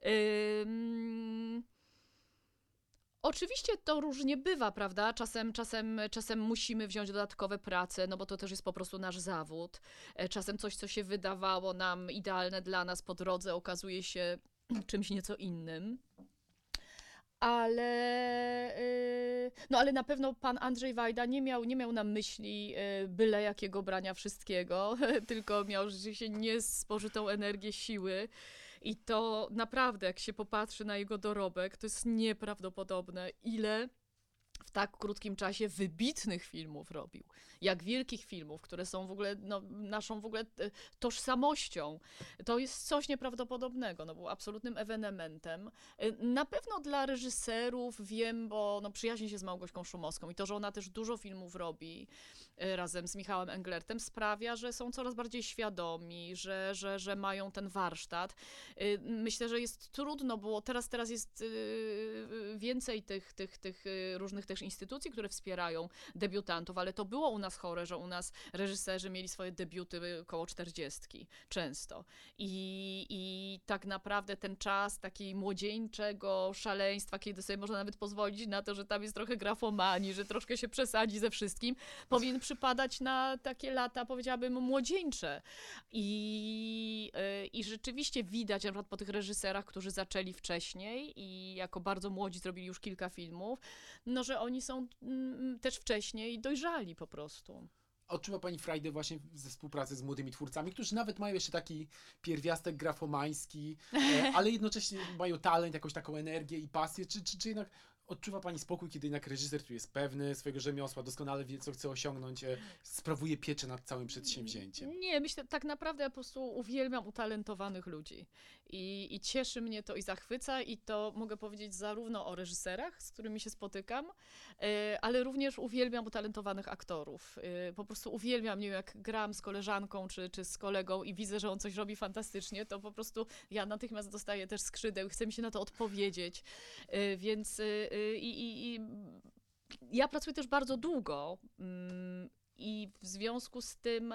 Ym, Oczywiście to różnie bywa, prawda? Czasem, czasem, czasem musimy wziąć dodatkowe prace, no bo to też jest po prostu nasz zawód. E, Czasem coś, co się wydawało nam idealne dla nas po drodze, okazuje się czymś nieco innym. Ale, y, no ale na pewno pan Andrzej Wajda nie miał, nie miał na myśli y, byle jakiego brania wszystkiego, tylko miał rzeczywiście niespożytą energię siły. I to naprawdę, jak się popatrzy na jego dorobek, to jest nieprawdopodobne, ile w tak krótkim czasie wybitnych filmów robił. Jak wielkich filmów, które są w ogóle no, naszą w ogóle e, tożsamością. To jest coś nieprawdopodobnego. No, był absolutnym ewenementem. E, Na pewno dla reżyserów wiem, bo no, przyjaźnię się z Małgośką Szumowską i to, że ona też dużo filmów robi e, razem z Michałem Englertem, sprawia, że są coraz bardziej świadomi, że, że, że mają ten warsztat. E, Myślę, że jest trudno było, teraz, teraz jest e, więcej tych, tych, tych e, różnych też instytucji, które wspierają debiutantów, ale to było u nas chore, że u nas reżyserzy mieli swoje debiuty koło czterdziestki często. I, I tak naprawdę ten czas takiej młodzieńczego szaleństwa, kiedy sobie można nawet pozwolić na to, że tam jest trochę grafomanii, że troszkę się przesadzi ze wszystkim, powinien przypadać na takie lata, powiedziałabym, młodzieńcze. I, yy, i rzeczywiście widać, na przykład po tych reżyserach, którzy zaczęli wcześniej i jako bardzo młodzi zrobili już kilka filmów, no, że oni są mm, też wcześniej dojrzali po prostu. Odczuwa pani frajdę właśnie ze współpracy z młodymi twórcami, którzy nawet mają jeszcze taki pierwiastek grafomański, e, ale jednocześnie mają talent, jakąś taką energię i pasję, czy, czy, czy jednak odczuwa pani spokój, kiedy jednak reżyser tu jest pewny swojego rzemiosła, doskonale wie, co chce osiągnąć, e, sprawuje pieczę nad całym przedsięwzięciem? Nie, myślę, tak naprawdę ja po prostu uwielbiam utalentowanych ludzi. I, I cieszy mnie to i zachwyca i to mogę powiedzieć zarówno o reżyserach, z którymi się spotykam, e, ale również uwielbiam utalentowanych aktorów. E, Po prostu uwielbiam, nie wiem, jak gram z koleżanką czy, czy z kolegą i widzę, że on coś robi fantastycznie, to po prostu ja natychmiast dostaję też skrzydeł, chcę mi się na to odpowiedzieć. E, Więc e, i, i, i ja pracuję też bardzo długo mm, i w związku z tym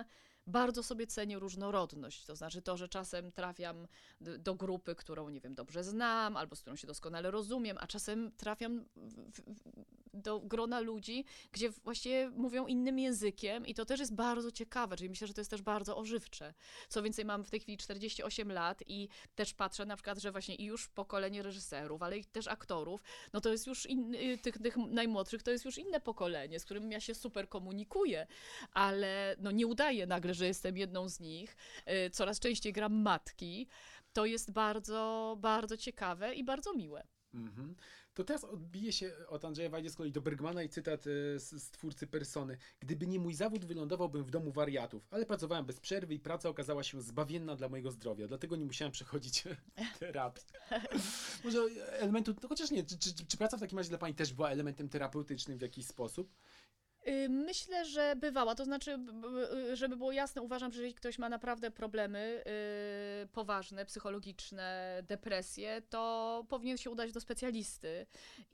bardzo sobie cenię różnorodność, to znaczy to, że czasem trafiam d- do grupy, którą, nie wiem, dobrze znam, albo z którą się doskonale rozumiem, a czasem trafiam w, w, do grona ludzi, gdzie właściwie mówią innym językiem i to też jest bardzo ciekawe, czyli myślę, że to jest też bardzo ożywcze. Co więcej, mam w tej chwili czterdzieści osiem lat i też patrzę na przykład, że właśnie i już pokolenie reżyserów, ale i też aktorów, no to jest już in, tych, tych najmłodszych, to jest już inne pokolenie, z którym ja się super komunikuję, ale no nie udaję nagle, że jestem jedną z nich. Y, Coraz częściej gram matki. To jest bardzo, bardzo ciekawe i bardzo miłe. Mhm. To teraz odbije się od Andrzeja Wajdy z kolei do Bergmana i cytat e, z, z twórcy Persony. Gdyby nie mój zawód, wylądowałbym w domu wariatów, ale pracowałem bez przerwy i praca okazała się zbawienna dla mojego zdrowia, dlatego nie musiałem przechodzić terapii. Może elementu, no chociaż nie, czy, czy, czy praca w takim razie dla pani też była elementem terapeutycznym w jakiś sposób? Y, Myślę, że bywała, to znaczy, b- b- żeby było jasne, uważam, że jeżeli ktoś ma naprawdę problemy y, poważne, psychologiczne, depresje, to powinien się udać do specjalisty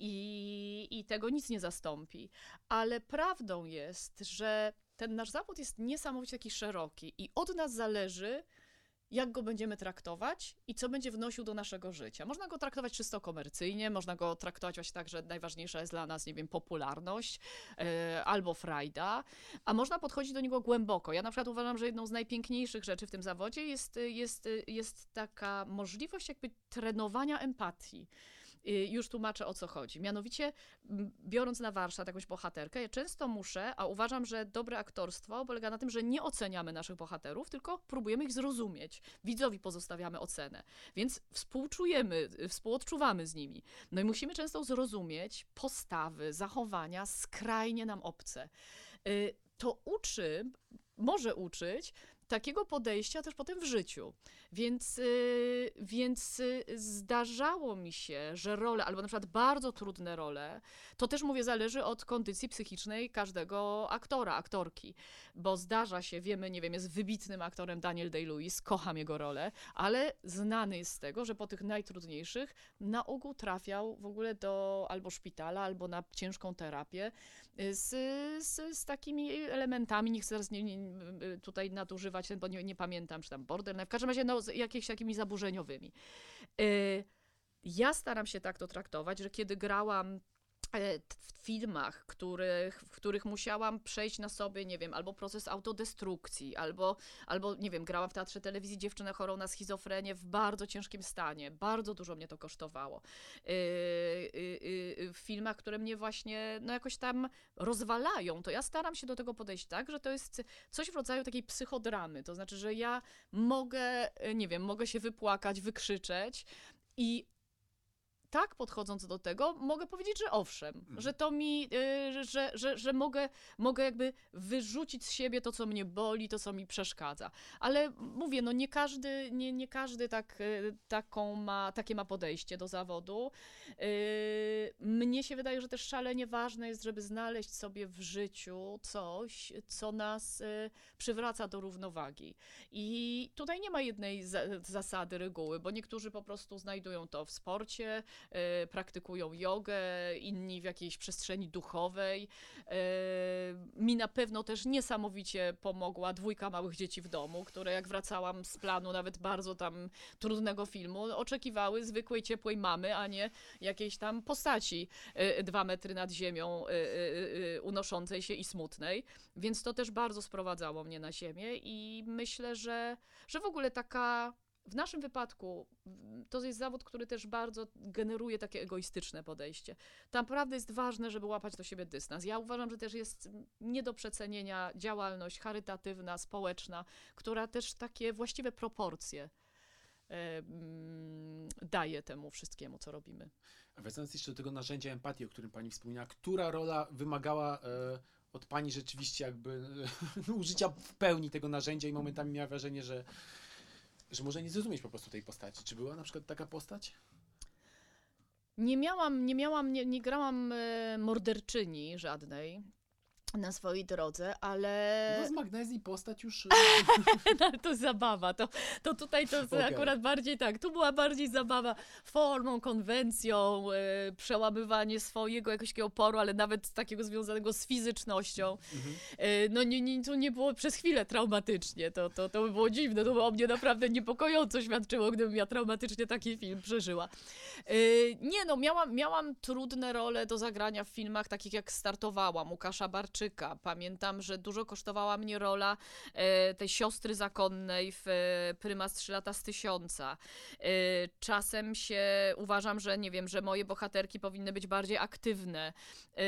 i, i tego nic nie zastąpi. Ale prawdą jest, że ten nasz zawód jest niesamowicie taki szeroki i od nas zależy, jak go będziemy traktować i co będzie wnosił do naszego życia. Można go traktować czysto komercyjnie, można go traktować właśnie tak, że najważniejsza jest dla nas, nie wiem, popularność e, albo frajda, a można podchodzić do niego głęboko. Ja na przykład uważam, że jedną z najpiękniejszych rzeczy w tym zawodzie jest, jest, jest taka możliwość jakby trenowania empatii. Y, Już tłumaczę, o co chodzi. Mianowicie, m, biorąc na warsztat jakąś bohaterkę, ja często muszę, a uważam, że dobre aktorstwo polega na tym, że nie oceniamy naszych bohaterów, tylko próbujemy ich zrozumieć. Widzowi pozostawiamy ocenę. Więc współczujemy, y, współodczuwamy z nimi. No i musimy często zrozumieć postawy, zachowania skrajnie nam obce. Y, To uczy, może uczyć takiego podejścia też potem w życiu. Więc, y, więc y, zdarzało mi się, że role, albo na przykład bardzo trudne role, to też mówię, zależy od kondycji psychicznej każdego aktora, aktorki. Bo zdarza się, wiemy, nie wiem, jest wybitnym aktorem Daniel Day-Lewis, kocham jego rolę, ale znany jest z tego, że po tych najtrudniejszych na ogół trafiał w ogóle do albo szpitala, albo na ciężką terapię z, z, z takimi elementami, nie chcę teraz nie, nie, tutaj nadużywać, bo nie, nie pamiętam, czy tam borderline, w każdym razie no, z jakimiś takimi zaburzeniowymi. Y, Ja staram się tak to traktować, że kiedy grałam e, t- w filmach, których, w których musiałam przejść na sobie, nie wiem, albo proces autodestrukcji, albo, albo, nie wiem, grałam w teatrze telewizji dziewczynę chorą na schizofrenię w bardzo ciężkim stanie. Bardzo dużo mnie to kosztowało. Yy, yy, yy, w filmach, które mnie właśnie, no jakoś tam rozwalają, to ja staram się do tego podejść tak, że to jest coś w rodzaju takiej psychodramy. To znaczy, że ja mogę, yy, nie wiem, mogę się wypłakać, wykrzyczeć i tak podchodząc do tego, mogę powiedzieć, że owszem, Mhm. że to mi, y, że, że, że mogę, mogę jakby wyrzucić z siebie to, co mnie boli, to, co mi przeszkadza. Ale mówię, no nie każdy, nie, nie każdy tak, y, taką ma, takie ma podejście do zawodu. Y, Mnie się wydaje, że też szalenie ważne jest, żeby znaleźć sobie w życiu coś, co nas y, przywraca do równowagi. I tutaj nie ma jednej za- zasady, reguły, bo niektórzy po prostu znajdują to w sporcie, y, praktykują jogę, inni w jakiejś przestrzeni duchowej. Y, Mi na pewno też niesamowicie pomogła dwójka małych dzieci w domu, które jak wracałam z planu nawet bardzo tam trudnego filmu, oczekiwały zwykłej, ciepłej mamy, a nie jakiejś tam postaci y, dwa metry nad ziemią y, y, y, unoszącej się i smutnej. Więc to też bardzo sprowadzało mnie na ziemię i myślę, że, że w ogóle taka w naszym wypadku w- to jest zawód, który też bardzo generuje takie egoistyczne podejście. Tam naprawdę jest ważne, żeby łapać do siebie dystans. Ja uważam, że też jest nie do przecenienia działalność charytatywna, społeczna, która też takie właściwe proporcje e, mm, daje temu wszystkiemu, co robimy. A wracając jeszcze do tego narzędzia empatii, o którym pani wspomniała, która rola wymagała e, od pani rzeczywiście jakby e, użycia w pełni tego narzędzia i momentami miała wrażenie, że, że może nie zrozumieć po prostu tej postaci. Czy była na przykład taka postać? Nie miałam, nie miałam, nie, nie grałam e, morderczyni żadnej. na swojej drodze, ale... No z Magnezji postać już... No, to zabawa, to, to tutaj to Okay. akurat bardziej tak, tu była bardziej zabawa formą, konwencją, e, przełamywanie swojego jakiegoś takiego oporu, ale nawet takiego związanego z fizycznością. Mhm. E, no nie, nie, to nie było przez chwilę traumatycznie, to, to, to by było dziwne, to by o mnie naprawdę niepokojąco świadczyło, gdybym ja traumatycznie taki film przeżyła. E, nie no, miałam, miałam trudne role do zagrania w filmach takich jak startowałam, Łukasza Barczyka. Pamiętam, że dużo kosztowała mnie rola e, tej siostry zakonnej w e, Prymas trzy lata z tysiąca. E, czasem się uważam, że nie wiem, że moje bohaterki powinny być bardziej aktywne. E,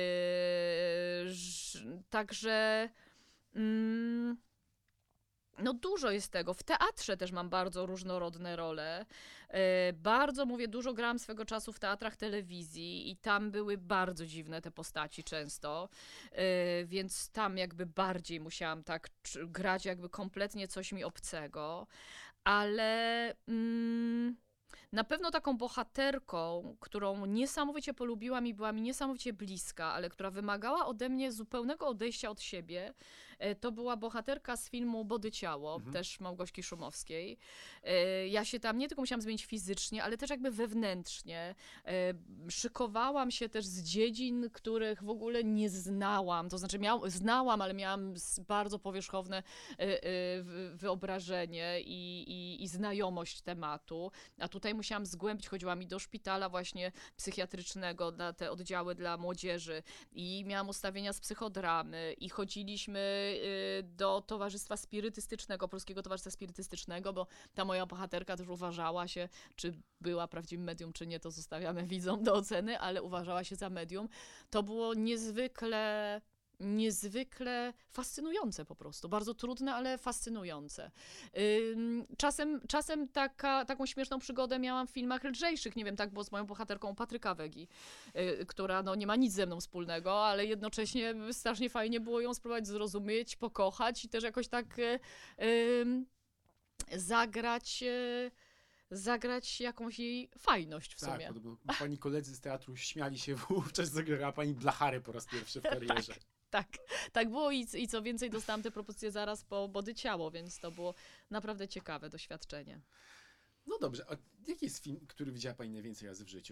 ż, także... Mm, No dużo jest tego. W teatrze też mam bardzo różnorodne role. E, bardzo, mówię, dużo grałam swego czasu w teatrach telewizji i tam były bardzo dziwne te postaci często, e, więc tam jakby bardziej musiałam tak cz- grać jakby kompletnie coś mi obcego, ale... Mm, na pewno taką bohaterką, którą niesamowicie polubiłam i była mi niesamowicie bliska, ale która wymagała ode mnie zupełnego odejścia od siebie, e, to była bohaterka z filmu Body Ciało, Mhm. też Małgosi Szumowskiej. E, Ja się tam nie tylko musiałam zmienić fizycznie, ale też jakby wewnętrznie. E, Szykowałam się też z dziedzin, których w ogóle nie znałam. To znaczy miał, znałam, ale miałam s- bardzo powierzchowne e, e, w- wyobrażenie i, i, i znajomość tematu. A tutaj musiałam zgłębić, chodziła mi do szpitala właśnie psychiatrycznego, na te oddziały dla młodzieży i miałam ustawienia z psychodramy i chodziliśmy y, do Towarzystwa Spirytystycznego, Polskiego Towarzystwa Spirytystycznego, bo ta moja bohaterka też uważała się, czy była prawdziwym medium, czy nie, to zostawiamy widzom do oceny, ale uważała się za medium. To było niezwykle... niezwykle fascynujące po prostu. Bardzo trudne, ale fascynujące. Ym, Czasem, czasem taka, taką śmieszną przygodę miałam w filmach lżejszych. Nie wiem, tak było z moją bohaterką Patryka Wegi, y, która no, nie ma nic ze mną wspólnego, ale jednocześnie strasznie fajnie było ją spróbować zrozumieć, pokochać i też jakoś tak y, ym, zagrać... y, zagrać jakąś jej fajność w Tak, sumie. podobno pani koledzy z teatru śmiali się wówczas, zagrała pani Blacharę po raz pierwszy w karierze. Tak, tak było i, i co więcej dostałam te propozycje zaraz po Body Ciało, więc to było naprawdę ciekawe doświadczenie. No dobrze, a jaki jest film, który widziała pani najwięcej razy w życiu?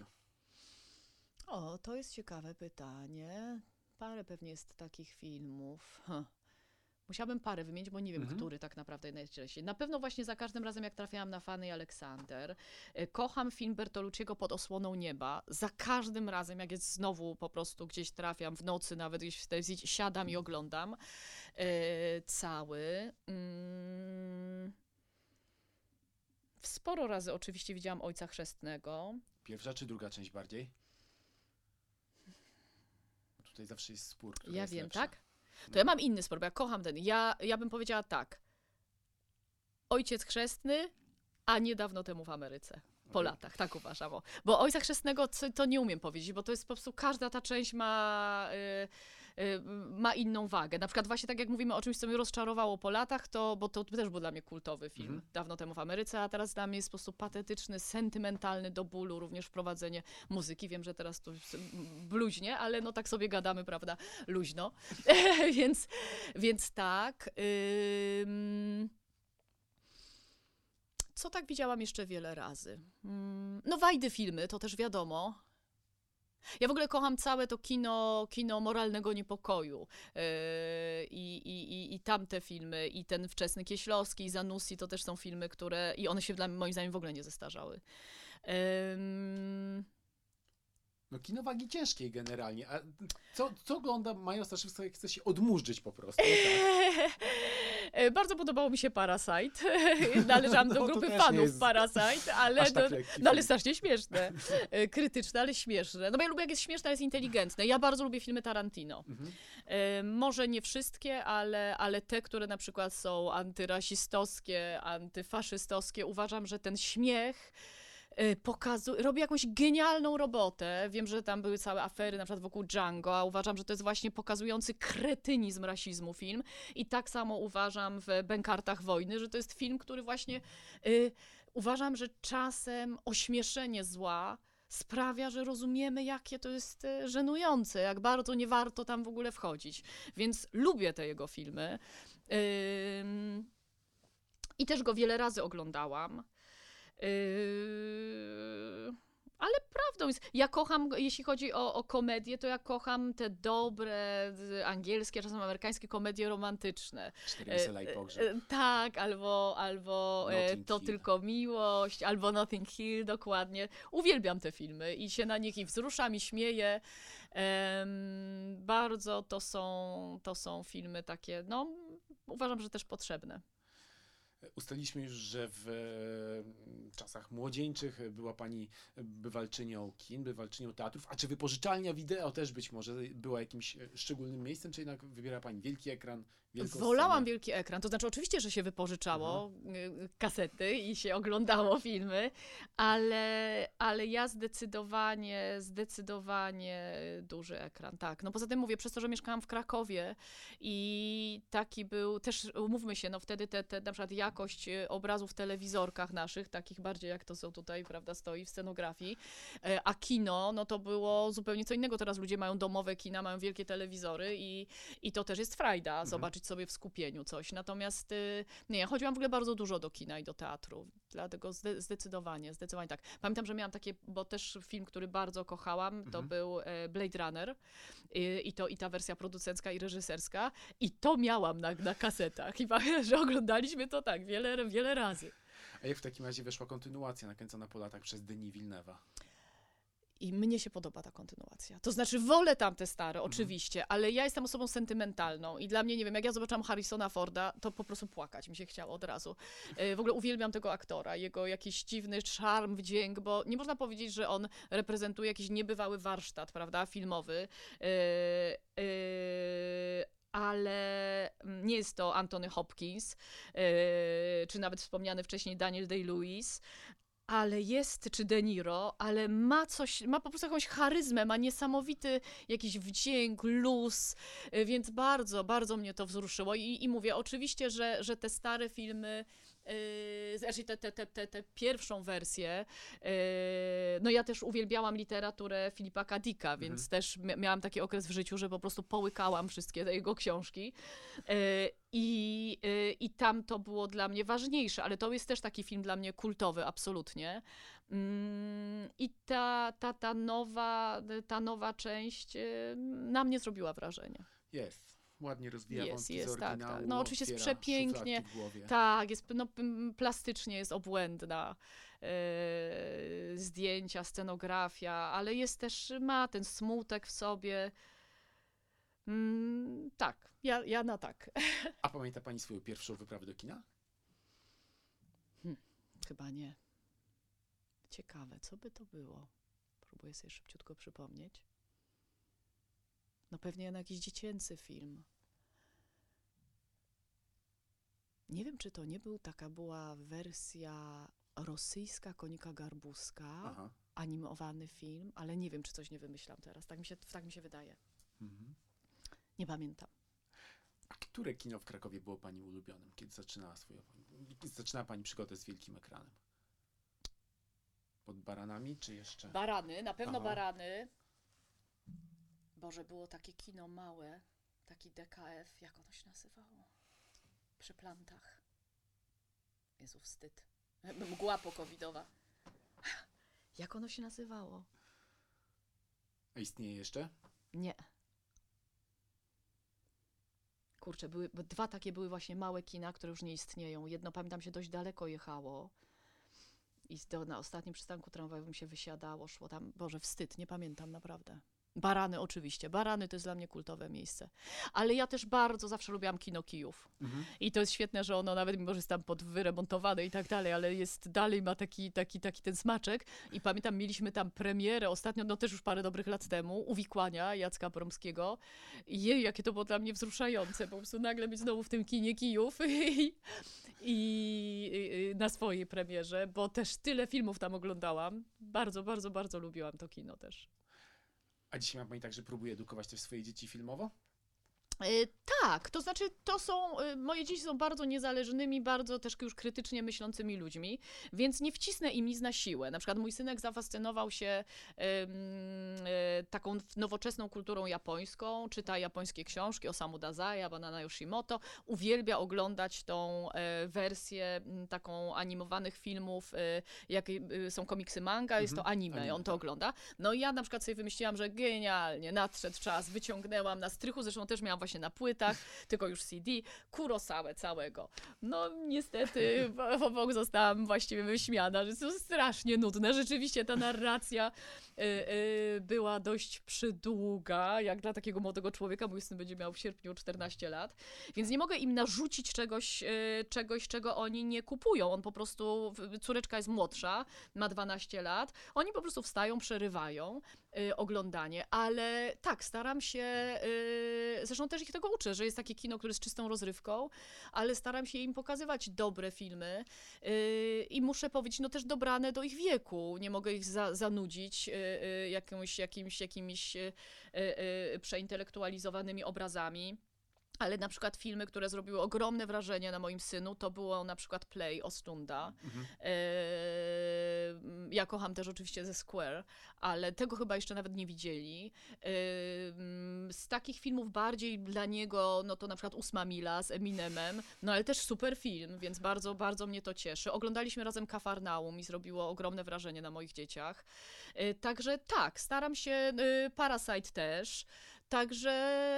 O, to jest ciekawe pytanie. Parę pewnie jest takich filmów. Huh. Musiałabym parę wymienić, bo nie wiem, Mhm. który tak naprawdę najczęściej. Na pewno właśnie za każdym razem, jak trafiałam na Fanny i Aleksander. E, Kocham film Bertolucciego Pod osłoną nieba. Za każdym razem, jak jest znowu po prostu gdzieś trafiam, w nocy nawet gdzieś w telewizji, siadam i oglądam e, cały. Mm. Sporo razy oczywiście widziałam Ojca Chrzestnego. Pierwsza czy druga część bardziej? Bo tutaj zawsze jest spór, która Ja jest wiem, lepsza. tak? To No. ja mam inny spor, bo ja kocham ten. Ja, ja bym powiedziała tak. Ojciec chrzestny, a niedawno temu w Ameryce. Po Okej. latach, tak uważam. o. Bo Ojca Chrzestnego co- to nie umiem powiedzieć, bo to jest po prostu, każda ta część ma, y, y, ma inną wagę. Na przykład właśnie tak jak mówimy o czymś, co mnie rozczarowało po latach, to, bo to też był dla mnie kultowy film, Mhm. dawno temu w Ameryce, a teraz dla mnie jest w sposób patetyczny, sentymentalny do bólu, również wprowadzenie muzyki. Wiem, że teraz to jest bluźnie, ale no tak sobie gadamy, prawda, luźno. więc, więc tak. Ym... Co tak widziałam jeszcze wiele razy? Mm, No Wajdy filmy, to też wiadomo. Ja w ogóle kocham całe to kino, kino moralnego niepokoju. Yy, i, i, i, I tamte filmy, i ten wczesny Kieślowski, i Zanussi, to też są filmy, które... I one się dla mnie, moim zdaniem w ogóle nie zestarzały. Ym, No kino wagi ciężkiej generalnie. A co, co ogląda Maja Staszewska, jak chce się odmurzyć po prostu? No tak. E, Bardzo podobało mi się Parasite. Należałam No, do to grupy też nie fanów jest Parasite, ale, aż tak no, lekki no, ale film. strasznie śmieszne. E, Krytyczne, ale śmieszne. No bo ja lubię, jak jest śmieszne, ale jest inteligentne. Ja bardzo lubię filmy Tarantino. Mhm. E, Może nie wszystkie, ale, ale te, które na przykład są antyrasistowskie, antyfaszystowskie. Uważam, że ten śmiech y, pokazu- robi jakąś genialną robotę. Wiem, że tam były całe afery, na przykład wokół Django, a uważam, że to jest właśnie pokazujący kretynizm rasizmu film. I tak samo uważam w Bękartach wojny, że to jest film, który właśnie y, uważam, że czasem ośmieszenie zła sprawia, że rozumiemy, jakie to jest e, żenujące, jak bardzo nie warto tam w ogóle wchodzić. Więc lubię te jego filmy. Ym, I też go wiele razy oglądałam. Yy, ale prawdą jest, ja kocham, jeśli chodzi o, o komedię, to ja kocham te dobre z- angielskie, czasem amerykańskie komedie romantyczne. Cztery E, wesela i e, pogrzeb. e, tak, albo, albo e, Notting To Hill. tylko miłość, albo Notting Hill, dokładnie. Uwielbiam te filmy i się na nich i wzruszam i śmieję. Em, bardzo to są, to są filmy takie, no uważam, że też potrzebne. Ustaliliśmy już, że w e, czasach młodzieńczych była pani bywalczynią kin, bywalczynią teatrów, a czy wypożyczalnia wideo też być może była jakimś e, szczególnym miejscem, czy jednak wybiera pani wielki ekran, wielką Wolałam scenę? wielki ekran, to znaczy oczywiście, że się wypożyczało y, kasety i się oglądało filmy, ale, ale ja zdecydowanie, zdecydowanie duży ekran, tak. No poza tym mówię, przez to, że mieszkałam w Krakowie i taki był, też umówmy się, no wtedy te, te na przykład jakość y, obrazów w telewizorkach naszych, takich bardziej jak to są tutaj, prawda, stoi w scenografii, e, a kino, no to było zupełnie co innego. Teraz ludzie mają domowe kina, mają wielkie telewizory i, i to też jest frajda, Mhm. zobaczyć sobie w skupieniu coś. Natomiast y, nie, ja chodziłam w ogóle bardzo dużo do kina i do teatru, dlatego zde, zdecydowanie, zdecydowanie tak. Pamiętam, że miałam takie, bo też film, który bardzo kochałam, to Mhm. był e, Blade Runner y, i to i ta wersja producencka i reżyserska i to miałam na, na kasetach i pamiętam, że oglądaliśmy to tak wiele, wiele razy. A jak w takim razie weszła kontynuacja nakręcona po latach przez Denis Villeneuve'a? I mnie się podoba ta kontynuacja. To znaczy, wolę tamte stare, Mhm. oczywiście, ale ja jestem osobą sentymentalną i dla mnie, nie wiem, jak ja zobaczyłam Harrisona Forda, to po prostu płakać mi się chciało od razu. E, W ogóle uwielbiam tego aktora, jego jakiś dziwny szarm, wdzięk, bo nie można powiedzieć, że on reprezentuje jakiś niebywały warsztat, prawda, filmowy. E, e, ale nie jest to Anthony Hopkins, e, czy nawet wspomniany wcześniej Daniel Day-Lewis, ale jest, czy De Niro, ale ma coś, ma po prostu jakąś charyzmę, ma niesamowity jakiś wdzięk, luz, y, więc bardzo, bardzo mnie to wzruszyło. I, i mówię, oczywiście, że, że te stare filmy, yy, znaczy te, te, te, te, te pierwszą wersję, yy, no ja też uwielbiałam literaturę Filipa K. Dicka, więc Mhm. też mia- miałam taki okres w życiu, że po prostu połykałam wszystkie te jego książki. Yy, I, yy, I tam to było dla mnie ważniejsze, ale to jest też taki film dla mnie kultowy, absolutnie. Mm, I ta, ta, ta, nowa, ta nowa część yy, na mnie zrobiła wrażenie. Jest. Ładnie rozwija Jest, wątki jest, z tak, oryginału, tak. No oczywiście jest otwiera przepięknie. szufladki w głowie. Tak, jest, no, p- plastycznie jest obłędna. Yy, zdjęcia, scenografia, ale jest też, ma ten smutek w sobie. Mm, tak, ja, ja na tak. A pamięta pani swoją pierwszą wyprawę do kina? Chyba nie. Ciekawe, co by to było? Próbuję sobie szybciutko przypomnieć. No pewnie na jakiś dziecięcy film. Nie wiem, czy to nie był, taka była wersja rosyjska Konika Garbuska, Aha. animowany film, ale nie wiem, czy coś nie wymyślam teraz. Tak mi się, tak mi się wydaje. Mhm. Nie pamiętam. A które kino w Krakowie było pani ulubionym, kiedy zaczynała swoją, kiedy zaczynała pani przygodę z wielkim ekranem? Pod Baranami, czy jeszcze? Barany, na pewno Aha. Barany. Boże, było takie kino małe, taki D K F, jak ono się nazywało? Przy Plantach. Jezu, wstyd. Mgła pokowidowa. Jak ono się nazywało? A istnieje jeszcze? Nie. Kurczę, były, bo dwa takie były właśnie małe kina, które już nie istnieją. Jedno, pamiętam, się dość daleko jechało i do, na ostatnim przystanku tramwajowym się wysiadało, szło tam, Boże, wstyd, nie pamiętam naprawdę. Barany oczywiście, Barany to jest dla mnie kultowe miejsce. Ale ja też bardzo zawsze lubiłam kino Kijów. Mhm. I to jest świetne, że ono nawet, mimo że jest tam pod wyremontowane i tak dalej, ale jest dalej, ma taki, taki, taki ten smaczek. I pamiętam, mieliśmy tam premierę ostatnio, no też już parę dobrych lat temu, Uwikłania Jacka Bromskiego. I jej, jakie to było dla mnie wzruszające, po prostu nagle być znowu w tym kinie Kijów i, i na swojej premierze, bo też tyle filmów tam oglądałam. Bardzo, bardzo, bardzo lubiłam to kino też. A dzisiaj ma pani tak, że próbuje edukować też swoje dzieci filmowo? Y, tak, to znaczy to są, y, moje dzieci są bardzo niezależnymi, bardzo też już krytycznie myślącymi ludźmi, więc nie wcisnę im nic na siłę. Na przykład mój synek zafascynował się ym, y, taką nowoczesną kulturą japońską, czyta japońskie książki Osamu Dazaya, Banana Yoshimoto, uwielbia oglądać tą y, wersję y, taką animowanych filmów, y, jak y, są komiksy manga, jest to Mhm. anime, Anime, on to tak. ogląda. No i ja na przykład sobie wymyśliłam, że genialnie, nadszedł czas, wyciągnęłam na strychu, zresztą też miałam właśnie na płytach, tylko już C D, Kurosałę całego. No niestety obok zostałam właściwie wyśmiana, że to strasznie nudne. Rzeczywiście ta narracja y, y, była dość przydługa, jak dla takiego młodego człowieka, mój syn będzie miał w sierpniu czternaście lat, więc nie mogę im narzucić czegoś, y, czegoś, czego oni nie kupują. On po prostu, córeczka jest młodsza, ma dwanaście lat, oni po prostu wstają, przerywają y, oglądanie, ale tak, staram się, y, zresztą też ich tego uczę, że jest takie kino, które jest czystą rozrywką, ale staram się im pokazywać dobre filmy y, i muszę powiedzieć, no też dobrane do ich wieku, nie mogę ich za, zanudzić y, y, jakimś, jakimś, jakimiś y, y, przeintelektualizowanymi obrazami. Ale na przykład filmy, które zrobiły ogromne wrażenie na moim synu, to było na przykład Play Ostunda. Mhm. E, ja kocham też oczywiście The Square, ale tego chyba jeszcze nawet nie widzieli. E, z takich filmów bardziej dla niego, no to na przykład Ósma Mila z Eminemem, no ale też super film, więc bardzo, bardzo mnie to cieszy. Oglądaliśmy razem Kafarnaum i zrobiło ogromne wrażenie na moich dzieciach. E, także tak, staram się, e, Parasite też. Także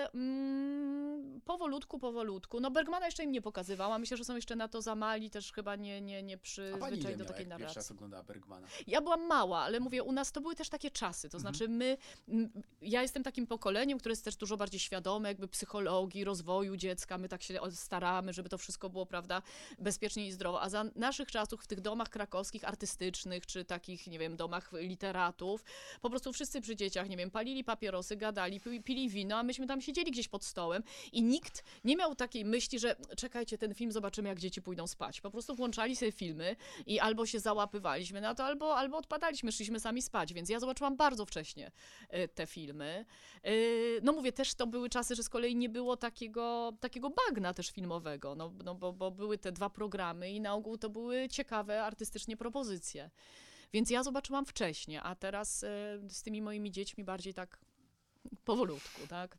mm, powolutku, powolutku. No Bergmana jeszcze im nie pokazywałam. Myślę, że są jeszcze na to za mali, też chyba nie, nie, nie A pani ile przyzwyczai do miała, takiej jak pierwszy narracji. raz oglądała Bergmana? Ja byłam mała, ale mówię, u nas to były też takie czasy. To Mhm. znaczy my, m, ja jestem takim pokoleniem, które jest też dużo bardziej świadome jakby psychologii, rozwoju dziecka. My tak się o- staramy, żeby to wszystko było, prawda, bezpiecznie i zdrowo. A za naszych czasów w tych domach krakowskich, artystycznych, czy takich, nie wiem, domach literatów, po prostu wszyscy przy dzieciach, nie wiem, palili papierosy, gadali, pi- pili wino, a myśmy tam siedzieli gdzieś pod stołem i nikt nie miał takiej myśli, że czekajcie, ten film zobaczymy, jak dzieci pójdą spać. Po prostu włączali sobie filmy i albo się załapywaliśmy na to, albo, albo odpadaliśmy, szliśmy sami spać, więc ja zobaczyłam bardzo wcześnie y, te filmy. Y, no mówię, też to były czasy, że z kolei nie było takiego, takiego bagna też filmowego, no, no bo, bo były te dwa programy i na ogół to były ciekawe artystycznie propozycje. Więc ja zobaczyłam wcześnie, a teraz y, z tymi moimi dziećmi bardziej tak powolutku, tak?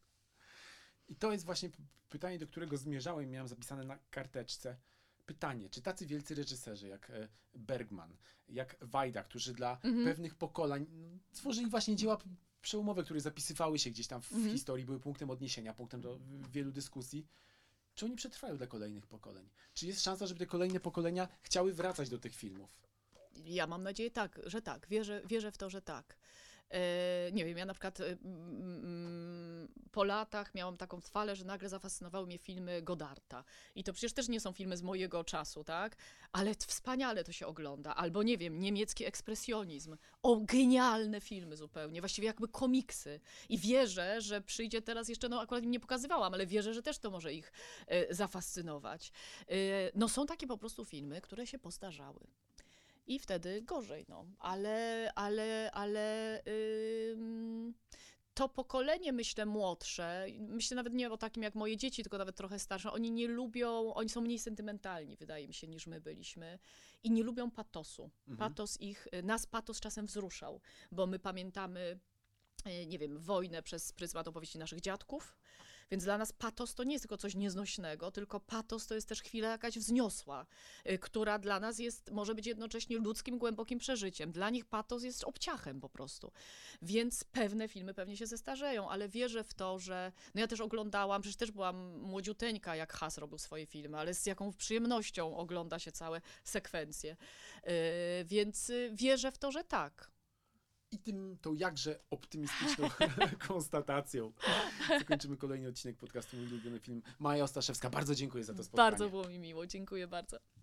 I to jest właśnie p- pytanie, do którego zmierzałem, miałem zapisane na karteczce. Pytanie, czy tacy wielcy reżyserzy jak e, Bergman, jak Wajda, którzy dla Mhm. pewnych pokoleń no, tworzyli właśnie dzieła p- przełomowe, które zapisywały się gdzieś tam w Mhm. historii, były punktem odniesienia, punktem do w- wielu dyskusji, czy oni przetrwają dla kolejnych pokoleń? Czy jest szansa, żeby te kolejne pokolenia chciały wracać do tych filmów? Ja mam nadzieję tak, że tak. Wierzę, wierzę w to, że tak. E, nie wiem, ja na przykład e, mm, po latach miałam taką falę, że nagle zafascynowały mnie filmy Godarta. I to przecież też nie są filmy z mojego czasu, tak? Ale t- wspaniale to się ogląda. Albo nie wiem, niemiecki ekspresjonizm. O, genialne filmy zupełnie, właściwie jakby komiksy. I wierzę, że przyjdzie teraz jeszcze, no akurat im nie pokazywałam, ale wierzę, że też to może ich e, zafascynować. E, no są takie po prostu filmy, które się postarzały. I wtedy gorzej, no. Ale, ale, ale ym, to pokolenie, myślę, młodsze, myślę nawet nie o takim jak moje dzieci, tylko nawet trochę starsze, oni nie lubią, oni są mniej sentymentalni, wydaje mi się, niż my byliśmy. I nie lubią patosu. Mhm. Patos ich, nas patos czasem wzruszał, bo my pamiętamy, e, nie wiem, wojnę przez pryzmat opowieści naszych dziadków. Więc dla nas patos to nie jest tylko coś nieznośnego, tylko patos to jest też chwila jakaś wzniosła, y, która dla nas jest, może być jednocześnie ludzkim, głębokim przeżyciem. Dla nich patos jest obciachem po prostu. Więc pewne filmy pewnie się zestarzeją, ale wierzę w to, że... No ja też oglądałam, przecież też byłam młodziuteńka, jak Has robił swoje filmy, ale z jaką przyjemnością ogląda się całe sekwencje. Y, więc y, wierzę w to, że tak. I tym tą jakże optymistyczną konstatacją zakończymy kolejny odcinek podcastu Mój ulubiony film. Maja Ostaszewska, bardzo dziękuję za to spotkanie. Bardzo było mi miło, dziękuję bardzo.